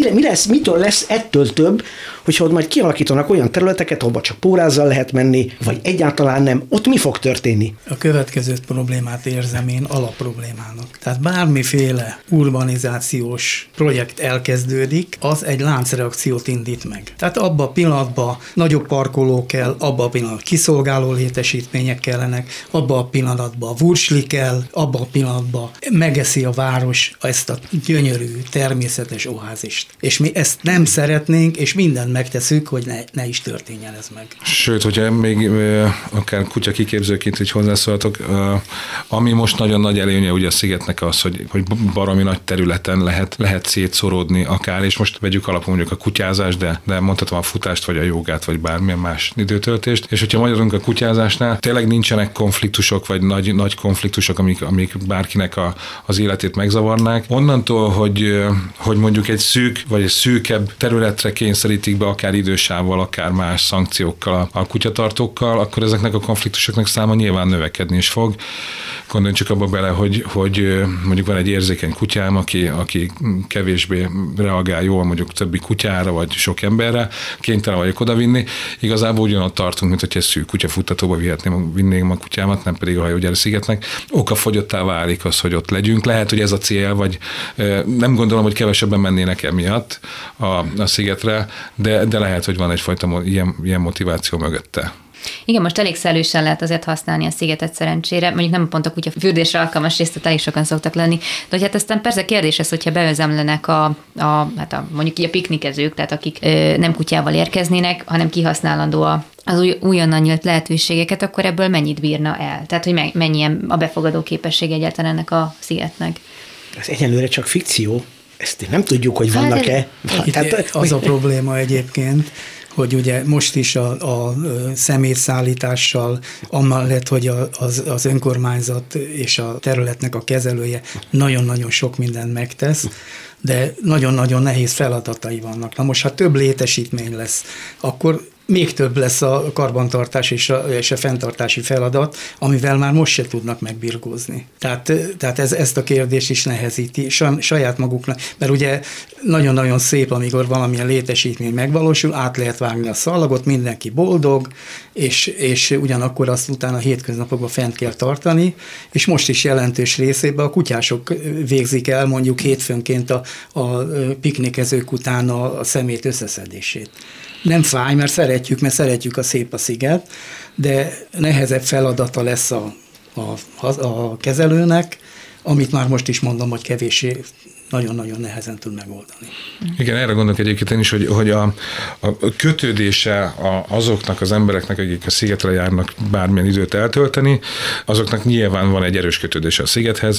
mitől lesz ettől több, hogyha ott majd kialakítanak olyan területeket, ahol csak pórázzal lehet menni, vagy egyáltalán nem, ott mi fog történni? A következő problémát érzem én alapproblémának. Tehát bármiféle urbanizációs projekt elkezdődik, az egy láncreakciót indít meg. Tehát abba a pillanatban nagyobb parkoló kell, abba a pillanatban kiszolgáló létesítmények kellenek, abba a pillanatban vursli kell, abba a pillanatban megeszi a város ezt a gyönyörű, természetes oázist. És mi ezt nem szeretnénk, és mindent megteszünk, hogy ne is történjen ez meg. Sőt, hogyha még akár kutya kiképzőként így hozzászólhatok, ami most nagyon nagy előnye ugye a szigetnek az, hogy baromi nagy területen lehet szétszoródni akár, és most vegyük alapul mondjuk a kutyázást, de mondhatom a futást, vagy a jogát, vagy bármilyen más időtöltést, és hogyha magyarunk a kutyázásnál, tényleg nincsenek konfliktusok, vagy nagy konfliktusok, amik bárkinek az életét megzavarnák. Onnantól, hogy mondjuk egy szűk, vagy egy szűkebb területre kényszerítik be akár idősávval, akár más szankciókkal a kutyatartókkal, akkor ezeknek a konfliktusoknak száma nyilván növekedni is fog. Gondoljunk csak abba bele, hogy mondjuk van egy érzékeny kutyám, aki kevésbé reagál jól mondjuk többi kutyára, vagy sok emberre, kénytelen vagyok odavinni. Igazából ugyanott tartunk, mint hogy egy szűk kutyafuttatóba vinném a kutyámat, nem pedig a hajógyári szigetnek. Okafogyottá válik az, hogy ott legyünk. Lehet, hogy ez a cél, vagy nem gondolom, hogy kevesebben mennének emiatt a szigetre, de lehet, hogy van egyfajta ilyen motiváció mögötte. Igen, most elég szellősen lehet azért használni a szigetet szerencsére, mondjuk nem pont a kutya fürdésre alkalmas részt, elég sokan szoktak lenni, de hát aztán persze kérdés ez, hogyha beözemlenek mondjuk így a piknikezők, tehát akik nem kutyával érkeznének, hanem kihasználandó az újonnan nyílt lehetőségeket, akkor ebből mennyit bírna el? Tehát, hogy mennyi a befogadó képesség egyáltalán ennek a szigetnek? Ez egyelőre csak fikció. Ezt nem tudjuk, hogy vannak-e. Az a probléma egyébként, hogy ugye most is a szemétszállítással, amellett, hogy az önkormányzat és a területnek a kezelője nagyon-nagyon sok mindent megtesz, de nagyon-nagyon nehéz feladatai vannak. Na most, ha több létesítmény lesz, akkor még több lesz a karbantartás és a fenntartási feladat, amivel már most se tudnak megbirkózni. Tehát ezt a kérdést is nehezíti saját maguknak, mert ugye nagyon-nagyon szép, amikor valamilyen létesítmény megvalósul, át lehet vágni a szallagot, mindenki boldog, és ugyanakkor azt utána a hétköznapokban fent kell tartani, és most is jelentős részében a kutyások végzik el mondjuk hétfőnként a piknikezők után a szemét összeszedését. Nem fáj, mert szeretjük a szép a sziget, de nehezebb feladata lesz a kezelőnek, amit már most is mondom, hogy kevéssé nagyon-nagyon nehezen tud megoldani. Igen, erre gondolok egyébként én is, hogy a kötődése azoknak az embereknek, akik a szigetre járnak bármilyen időt eltölteni, azoknak nyilván van egy erős kötődése a szigethez.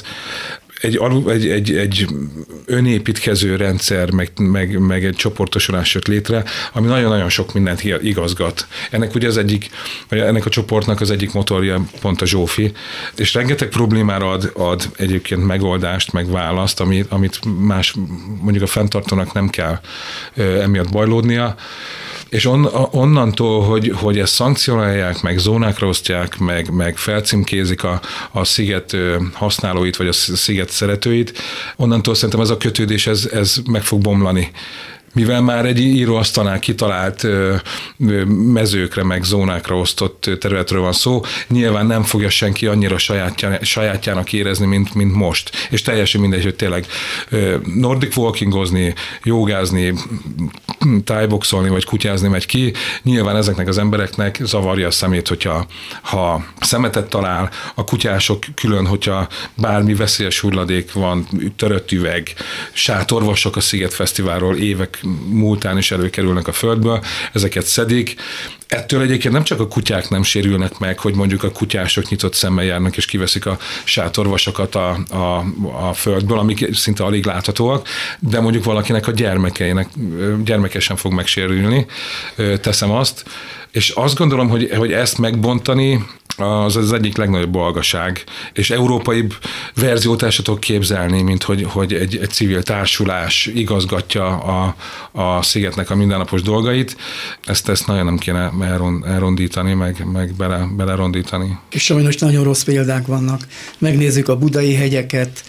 Egy önépítkező rendszer, meg egy csoportosulás jött létre, ami nagyon-nagyon sok mindent igazgat. Ennek ugye ennek a csoportnak az egyik motorja pont a Zsófi, és rengeteg problémára ad egyébként megoldást, meg választ, amit más, mondjuk a fenntartónak nem kell emiatt bajlódnia. És onnantól, hogy ezt szankcionálják, meg zónákra osztják, meg felcímkézik a sziget használóit, vagy a sziget szeretőit, onnantól szerintem ez a kötődés, ez meg fog bomlani. Mivel már egy íróasztalnál kitalált mezőkre, meg zónákra osztott területről van szó, nyilván nem fogja senki annyira sajátjának érezni, mint most. És teljesen mindegy, hogy tényleg nordic walkingozni, jogázni, thai-boxolni, vagy kutyázni megy ki. Nyilván ezeknek az embereknek zavarja a szemét, ha szemetet talál, a kutyások külön, hogyha bármi veszélyes hulladék van, törött üveg, sátorvasok a Szigetfesztiválról évek múltán is előkerülnek a földből, ezeket szedik. Ettől egyébként nem csak a kutyák nem sérülnek meg, hogy mondjuk a kutyások nyitott szemmel járnak és kiveszik a sátorvasokat a földből, amik szinte alig láthatóak, de mondjuk valakinek a gyermeke sem fog megsérülni, teszem azt. És azt gondolom, hogy ezt megbontani az egyik legnagyobb balgaság, és európai verziót el sem tudok képzelni, mint hogy egy civil társulás igazgatja a szigetnek a mindennapos dolgait. Ezt nagyon nem kéne elrondítani, meg belerondítani. És sajnos nagyon rossz példák vannak. Megnézzük a budai hegyeket,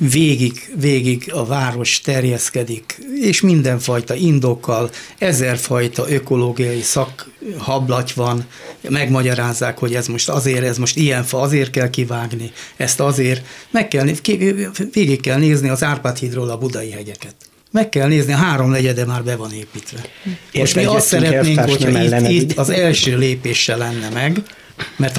végig a város terjeszkedik, és mindenfajta indokkal, 1000 fajta ökológiai szakhablaty van, megmagyarázzák, hogy ez most azért, ez most ilyen fa, azért kell kivágni, ezt azért, végig kell nézni az Árpád-hídról a budai hegyeket. Meg kell nézni, a 3/4 már be van építve. Most mi azt szeretnénk, hogyha itt az első lépéssel lenne meg, mert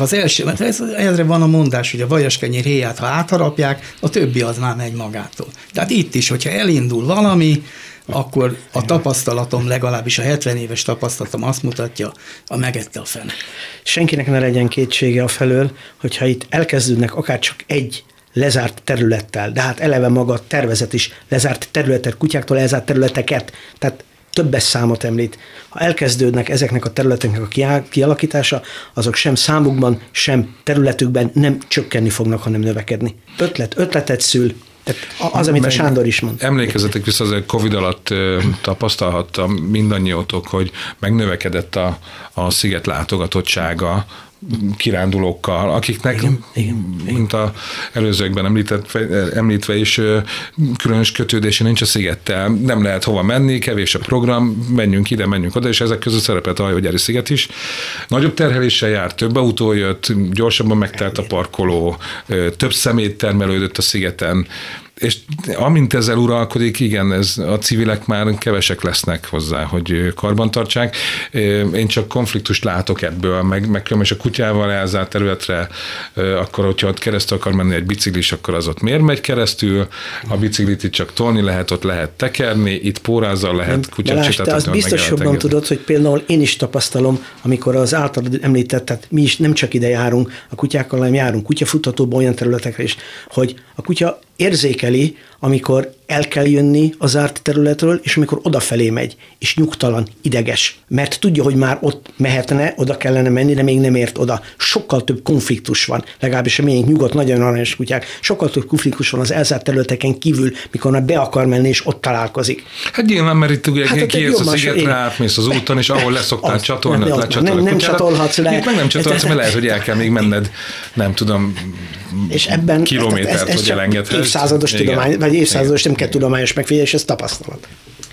ezre van a mondás, hogy a vajaskenyér héját, ha átharapják, a többi az már megy magától. Tehát itt is, hogyha elindul valami, akkor a tapasztalatom, legalábbis a 70 éves tapasztalatom azt mutatja, a megette a fene. Senkinek ne legyen kétsége afelől, hogyha itt elkezdődnek akárcsak egy lezárt területtel, de hát eleve maga a tervezet is lezárt területet, kutyáktól elzárt területeket, tehát többes számot említ. Ha elkezdődnek ezeknek a területeknek a kialakítása, azok sem számukban, sem területükben nem csökkenni fognak, hanem növekedni. Ötletet szül. Tehát az, amit a Sándor is mond. Emlékezzetek vissza, az Covid alatt tapasztalhattam mindannyiótok, hogy megnövekedett a sziget látogatottsága kirándulókkal, akiknek, igen. Mint az előzőkben említve is, különös kötődése nincs a szigettel. Nem lehet hova menni, kevés a program, menjünk ide, menjünk oda, és ezek között szerepelt a Hajógyári sziget is. Nagyobb terheléssel járt, több autó jött, gyorsabban megtelt a parkoló, több szemét termelődött a szigeten, és amint ezzel uralkodik, igen, a civilek már kevesek lesznek hozzá, hogy karbantartsák. Én csak konfliktust látok ebből, meg és a kutyával elzárt területre, akkor, hogyha ott keresztül akar menni egy biciklis, akkor az ott miért megy keresztül? A biciklit itt csak tolni lehet, ott lehet tekerni, itt pórázzal lehet kutyát csinálni. Te azt biztos jobban tudod, hogy például én is tapasztalom, amikor az általad említett, tehát mi is nem csak ide járunk a kutyákkal, hanem járunk kutyafutatóba olyan területekre is, hogy a kutya érzékeli, amikor el kell jönni a zárt területről, és amikor odafelé megy, és nyugtalan, ideges. Mert tudja, hogy már ott mehetne, oda kellene menni, de még nem ért oda. Sokkal több konfliktus van, legalábbis a miénk nyugodt, nagyon aranyos kutyák, sokkal több konfliktus van az elzárt területeken kívül, mikor már be akar menni, és ott találkozik. Hát nyilván, mert itt ugye kiérsz a szigetre, átmész az úton, és ahol leszoktál csatolni, nem csatolhatsz le. Meg nem csatolhatsz, mert lehet, hogy el kell még menned, nem tudom, és ebben kilométert, hogy elengedhetsz. Évszázados tudomány, vagy évszázados, nem kell tudományos megfigyelés, ez tapasztalat.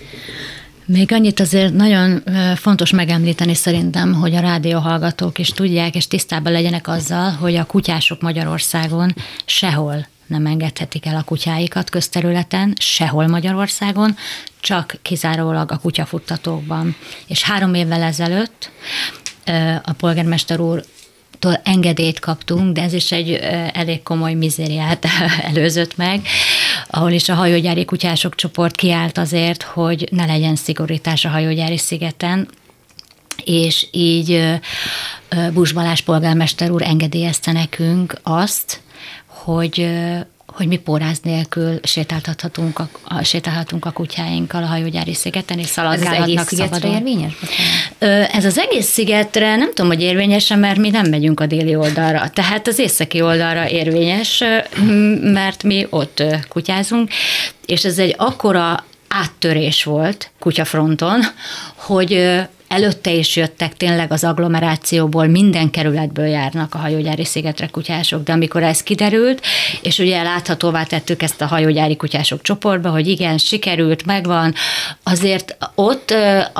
Még annyit azért nagyon fontos megemlíteni szerintem, hogy a rádióhallgatók is tudják, és tisztában legyenek azzal, hogy a kutyások Magyarországon sehol nem engedhetik el a kutyáikat közterületen, sehol Magyarországon, csak kizárólag a kutyafuttatókban. És 3 évvel ezelőtt a polgármester úr engedélyt kaptunk, de ez is egy elég komoly mizériát előzött meg, ahol is a hajógyári kutyások csoport kiállt azért, hogy ne legyen szigorítás a hajógyári szigeten, és így Busch Balázs polgármester úr engedélyezte nekünk azt, hogy mi póráz nélkül sétálhatunk a kutyáinkkal a hajógyári szigeten, és szaladgálhatnak szabadon. Érvényes? Ez az egész szigetre nem tudom, hogy érvényes, mert mi nem megyünk a déli oldalra. Tehát az északi oldalra érvényes, mert mi ott kutyázunk, és ez egy akkora áttörés volt kutyafronton, hogy előtte is jöttek tényleg az agglomerációból, minden kerületből járnak a hajógyári szigetre kutyások, de amikor ez kiderült, és ugye láthatóvá tettük ezt a hajógyári kutyások csoportba, hogy igen, sikerült, megvan, azért ott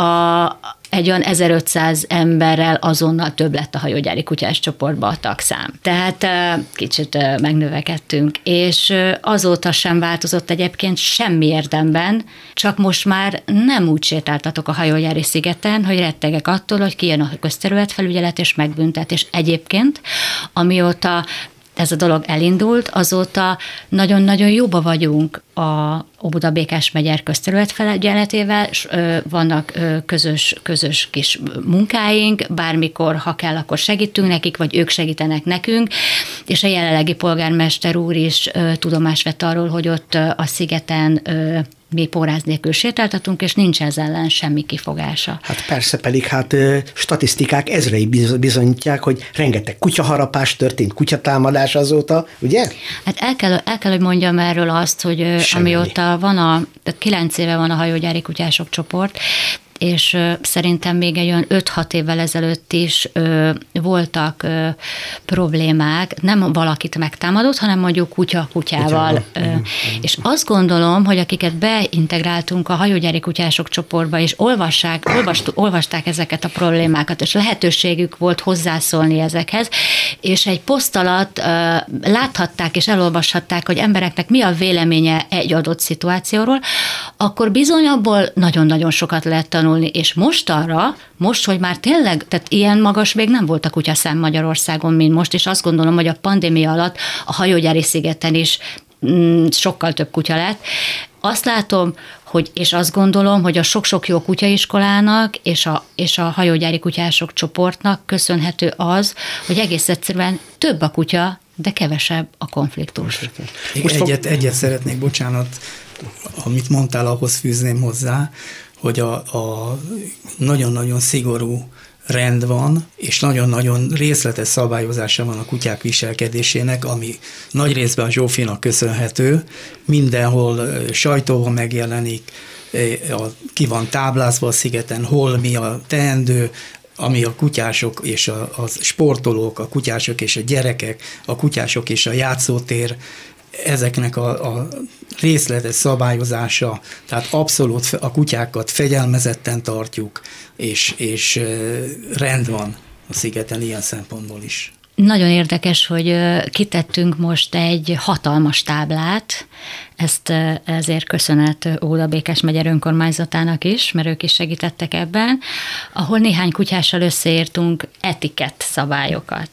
egy olyan 1500 emberrel azonnal több lett a hajógyári kutyás csoportba a tagszám. Tehát kicsit megnövekedtünk, és azóta sem változott egyébként semmi érdemben, csak most már nem úgy sétáltatok a hajógyári szigeten, hogy rettegek attól, hogy kijön a közterületfelügyelet és megbüntet. És egyébként, amióta ez a dolog elindult, azóta nagyon-nagyon jóba vagyunk a Óbuda-Békás megyer közterületfelügyeletével, vannak közös kis munkáink, bármikor, ha kell, akkor segítünk nekik, vagy ők segítenek nekünk, és a jelenlegi polgármester úr is tudomást vett arról, hogy ott a szigeten mi póráz nélkül sétáltatunk, és nincs ezzel ellen semmi kifogása. Hát persze, pedig statisztikák ezrei bizonyítják, hogy rengeteg kutyaharapás történt, kutyatámadás azóta, ugye? Hát el kell, hogy mondjam erről azt, hogy amióta van 9 éve van a hajógyári kutyások csoport, és szerintem még egy olyan 5-6 évvel ezelőtt is voltak problémák, nem valakit megtámadott, hanem mondjuk kutyával. És azt gondolom, hogy akiket beintegráltunk a hajógyári kutyások csoportba, és olvasták ezeket a problémákat, és lehetőségük volt hozzászólni ezekhez, és egy poszt alatt láthatták és elolvashatták, hogy embereknek mi a véleménye egy adott szituációról, akkor bizony abból nagyon-nagyon sokat lehet tanulni, és most, hogy már tényleg, tehát ilyen magas még nem volt a kutyaszám Magyarországon, mint most, és azt gondolom, hogy a pandémia alatt a hajógyári szigeten is sokkal több kutya lett. Azt látom, és azt gondolom, hogy a sok-sok jó kutyaiskolának és a hajógyári kutyások csoportnak köszönhető az, hogy egész egyszerűen több a kutya, de kevesebb a konfliktus. Egyet szeretnék, bocsánat, amit mondtál, ahhoz fűzném hozzá, hogy a nagyon-nagyon szigorú rend van, és nagyon-nagyon részletes szabályozása van a kutyák viselkedésének, ami nagy részben a Zsófinak köszönhető. Mindenhol sajtóban megjelenik, ki van táblázva a szigeten, hol mi a teendő, ami a kutyások és a sportolók, a kutyások és a gyerekek, a kutyások és a játszótér, ezeknek a részletes szabályozása, tehát abszolút a kutyákat fegyelmezetten tartjuk, és rend van a szigeten ilyen szempontból is. Nagyon érdekes, hogy kitettünk most egy hatalmas táblát, ezért köszönet Óbuda-Békás megyer önkormányzatának is, mert ők is segítettek ebben, ahol néhány kutyással összeírtunk etikett szabályokat.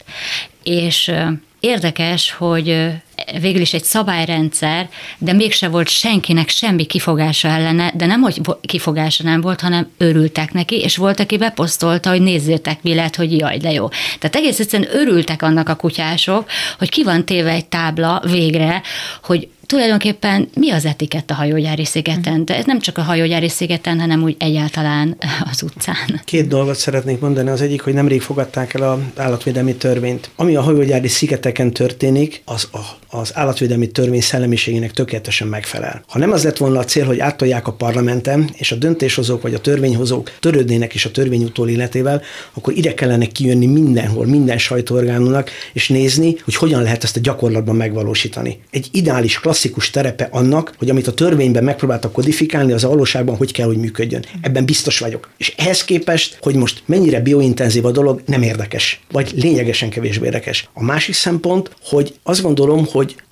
És érdekes, hogy végül is egy szabályrendszer, de mégse volt senkinek semmi kifogása ellene, de nem, hogy kifogása nem volt, hanem örültek neki, és volt, aki beposztolta, hogy nézzétek, mi lett, hogy jaj, de jó. Tehát egész egyszerűen örültek annak a kutyások, hogy ki van téve egy tábla végre, hogy tulajdonképpen mi az etikett a hajógyári szigeten? De ez nem csak a hajógyári szigeten, hanem úgy egyáltalán az utcán. 2 dolgot szeretnék mondani. Az egyik, hogy nemrég fogadták el az állatvédelmi törvényt. Ami a hajógyári szigeteken történik, az állatvédelmi törvény szellemiségének tökéletesen megfelel. Ha nem az lett volna a cél, hogy áttolják a parlamenten, és a döntéshozók vagy a törvényhozók törődnének is a törvény utóléletével, akkor ide kellene kijönni mindenhol, minden sajtóorgánumnak, és nézni, hogy hogyan lehet ezt a gyakorlatban megvalósítani. Egy ideális klasszikus terepe annak, hogy amit a törvényben megpróbáltak kodifikálni, az a valóságban hogy kell, hogy működjön. Ebben biztos vagyok. És ehhez képest, hogy most mennyire biointenzív a dolog, nem érdekes, vagy lényegesen kevésbé érdekes. A másik szempont, hogy azt gondolom, hogy a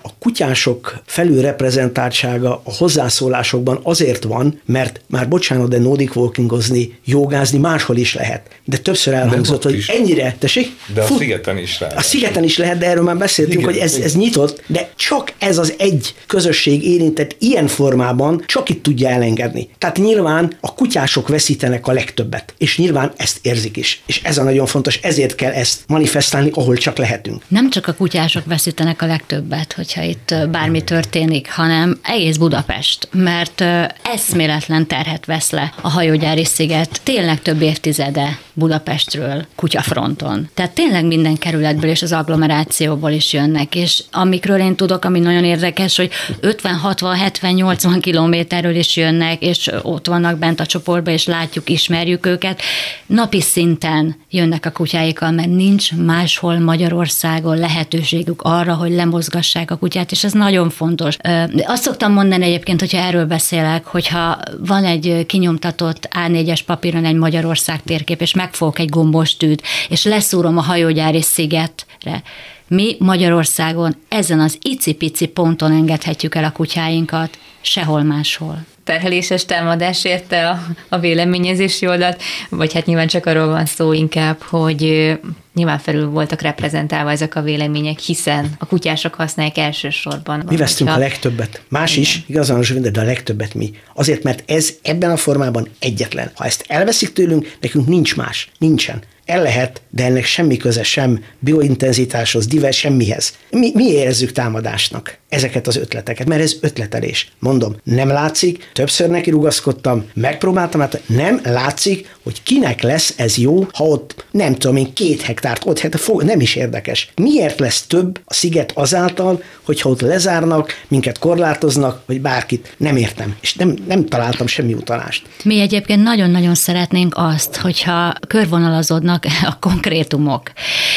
a kutyások felülreprezentáltsága a hozzászólásokban azért van, mert már bocsánat, de nordic walkingozni, jogázni máshol is lehet. De többször elhangzott, hogy ennyire, tessék? De a szigeten is rá. A szigeten is lehet, de erről már beszéltünk, igen, hogy ez nyitott, de csak ez az egy közösség érintett ilyen formában csak itt tudja elengedni. Tehát nyilván a kutyások veszítenek a legtöbbet, és nyilván ezt érzik is. És ez a nagyon fontos, ezért kell ezt manifestálni, ahol csak lehetünk. Nem csak a kutyások veszítenek a legtöbbet, hogyha itt bármi történik, hanem egész Budapest, mert eszméletlen terhet vesz le a hajógyári sziget tényleg több évtizede Budapestről kutyafronton. Tehát tényleg minden kerületből és az agglomerációból is jönnek, és amikről én tudok, ami nagyon érdekes, hogy 50, 60, 70, 80 kilométerről is jönnek, és ott vannak bent a csoportban, és látjuk, ismerjük őket. Napi szinten jönnek a kutyáikkal, mert nincs máshol Magyarországon lehetőségük arra, hogy lemozgassák a kutyát, és ez nagyon fontos. Azt szoktam mondani egyébként, hogyha erről beszélek, hogyha van egy kinyomtatott A4-es papíron egy Magyarország térkép, és megfogok egy gombostűt, és leszúrom a hajógyári szigetre, mi Magyarországon ezen az icipici ponton engedhetjük el a kutyáinkat, sehol máshol. Terheléses támadás érte a véleményezési oldalt, vagy hát nyilván csak arról van szó inkább, hogy nyilván felül voltak reprezentálva ezek a vélemények, hiszen a kutyások használják elsősorban. Mi vesztünk a legtöbbet. Más igen. is, igazán, de a legtöbbet mi. Azért, mert ez ebben a formában egyetlen. Ha ezt elveszik tőlünk, nekünk nincs más. Nincsen. El lehet, de ennek semmi köze sem biointenzitáshoz, semmihez. Mi érezzük támadásnak ezeket az ötleteket, mert ez ötletelés. Mondom, nem látszik, többször neki rugaszkodtam, megpróbáltam, hát nem látszik, hogy kinek lesz ez jó, ha ott nem tudom én 2 hektárt, nem is érdekes. Miért lesz több a sziget azáltal, hogyha ott lezárnak, minket korlátoznak, vagy bárkit, nem értem. És nem találtam semmi utalást. Mi egyébként nagyon-nagyon szeretnénk azt, hogyha körvonalazódnak a konkrétumok,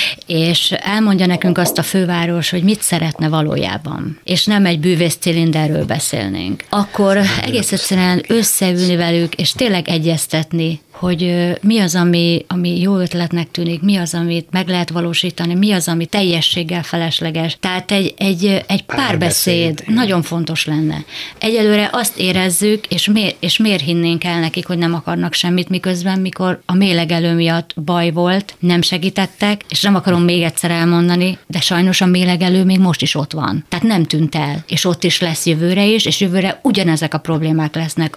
és elmondja nekünk azt a főváros, hogy mit szeretne valójában, és nem egy bűvész cilinderről beszélnénk. Akkor egész egyszerűen összeülni velük, és tényleg egyeztetni, hogy mi az, ami jó ötletnek tűnik, mi az, amit meg lehet valósítani, mi az, ami teljességgel felesleges. Tehát egy párbeszéd nagyon fontos lenne. Egyelőre azt érezzük, és miért hinnénk el nekik, hogy nem akarnak semmit, miközben, mikor a mélegelő miatt baj volt, nem segítettek, és nem akarom még egyszer elmondani, de sajnos a mélegelő még most is ott van. Tehát nem tűnt el, és ott is lesz jövőre is, és jövőre ugyanezek a problémák lesznek,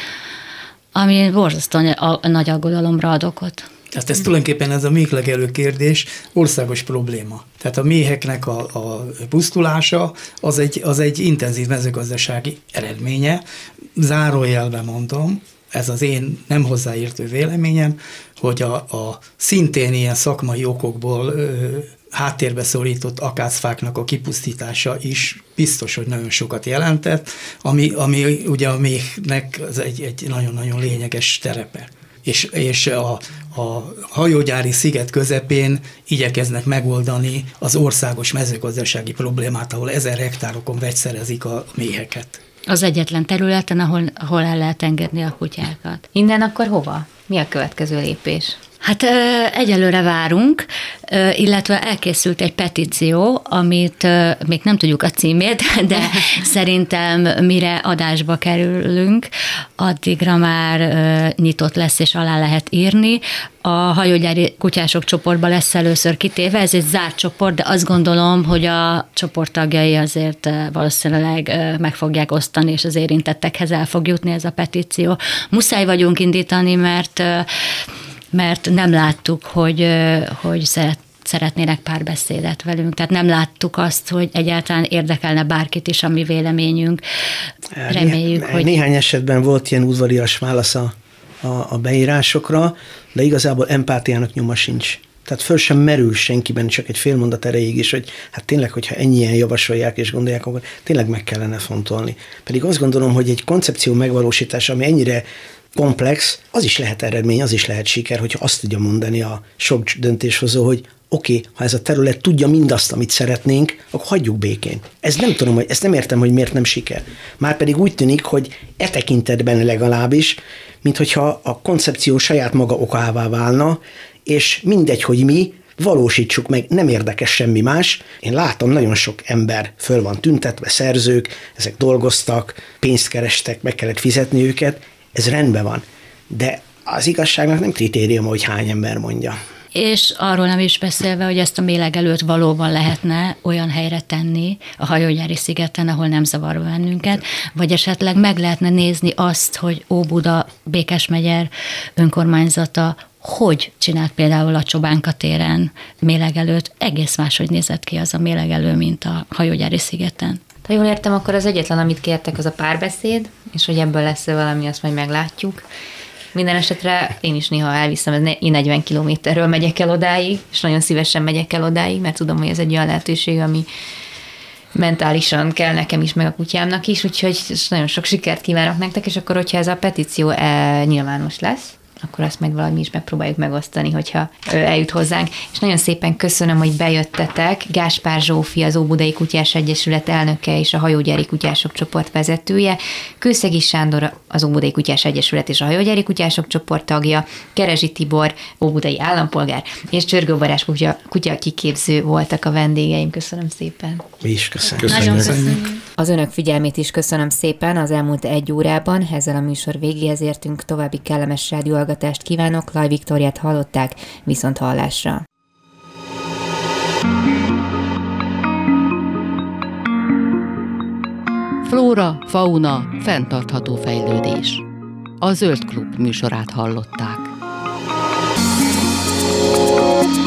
ami borzasztóan nagy aggodalomra ad okot. Tehát ez tulajdonképpen ez a méhlegelő kérdés országos probléma. Tehát a méheknek a pusztulása az egy intenzív mezőgazdasági eredménye. Zárójelben mondom, ez az én nem hozzáértő véleményem, hogy a szintén ilyen szakmai okokból háttérbe szorított akácfáknak a kipusztítása is biztos, hogy nagyon sokat jelentett, ami ugye a méhnek az egy nagyon-nagyon lényeges terepe. És a hajógyári sziget közepén igyekeznek megoldani az országos mezőgazdasági problémát, ahol 1000 hektárokon vegyszerezik a méheket. Az egyetlen területen, ahol el lehet engedni a kutyákat. Innen akkor hova? Mi a következő lépés? Hát egyelőre várunk, illetve elkészült egy petíció, amit még nem tudjuk a címét, de szerintem mire adásba kerülünk, addigra már nyitott lesz és alá lehet írni. A hajógyári kutyások csoportba lesz először kitéve, ez egy zárt csoport, de azt gondolom, hogy a csoport tagjai azért valószínűleg meg fogják osztani, és az érintettekhez el fog jutni ez a petíció. Muszáj vagyunk indítani, mert nem láttuk, hogy szeretnének párbeszédet velünk. Tehát nem láttuk azt, hogy egyáltalán érdekelne bárkit is a mi véleményünk. Reméljük, hogy... Néhány esetben volt ilyen udvarias válasz a beírásokra, de igazából empátiának nyoma sincs. Tehát föl sem merül senkiben, csak egy fél mondat erejéig is, hogy hát tényleg, hogyha ennyien javasolják és gondolják, akkor tényleg meg kellene fontolni. Pedig azt gondolom, hogy egy koncepció megvalósítása, ami ennyire komplex, az is lehet eredmény, az is lehet siker, hogyha azt tudja mondani a sok döntéshozó, hogy oké, ha ez a terület tudja mindazt, amit szeretnénk, akkor hagyjuk békén. Ezt nem értem, hogy miért nem siker. Márpedig úgy tűnik, hogy e tekintetben legalábbis, mint hogyha a koncepció saját maga okává válna, és mindegy, hogy mi, valósítsuk meg, nem érdekes semmi más. Én látom, nagyon sok ember föl van tüntetve, szerzők, ezek dolgoztak, pénzt kerestek, meg kellett fizetni őket, ez rendben van. De az igazságnak nem kritérium, hogy hány ember mondja. És arról nem is beszélve, hogy ezt a mélegelőt valóban lehetne olyan helyre tenni a Hajógyári szigeten, ahol nem zavar bennünket, vagy esetleg meg lehetne nézni azt, hogy Óbuda, Békesmegyer önkormányzata hogy csinált például a Csobánka téren mélegelőt, egész máshogy nézett ki az a mélegelő, mint a Hajógyári szigeten. Ha jól értem, akkor az egyetlen, amit kértek, az a párbeszéd, és hogy ebből lesz valami, azt majd meglátjuk. Minden esetre én is néha elviszem, én 40 kilométerről megyek el odáig, és nagyon szívesen megyek el odáig, mert tudom, hogy ez egy olyan lehetőség, ami mentálisan kell nekem is, meg a kutyámnak is, úgyhogy nagyon sok sikert kívánok nektek, és akkor, hogyha ez a petíció nyilvános lesz, akkor azt majd valami is megpróbáljuk megosztani, hogyha eljut hozzánk. És nagyon szépen köszönöm, hogy bejöttetek. Gáspár Zsófi, az Óbudai Kutyás Egyesület elnöke és a Hajógyári Kutyások csoport vezetője, Kőszegi Sándor, az Óbudai Kutyás Egyesület és a Hajógyári Kutyások csoport tagja, Kerezsi Tibor, óbudai állampolgár, és Csörgő Barázs kutya kiképző voltak a vendégeim. Köszönöm szépen. Mi is köszönjük. Nagyon köszönjük. Az önök figyelmét is köszönöm szépen az elmúlt 1 órában. Ezzel a műsor végéhez értünk, további kellemes rádióhallgatást kívánok. Laj Viktóriát hallották, viszont hallásra. Flóra, fauna, fenntartható fejlődés. A Zöld Klub műsorát hallották.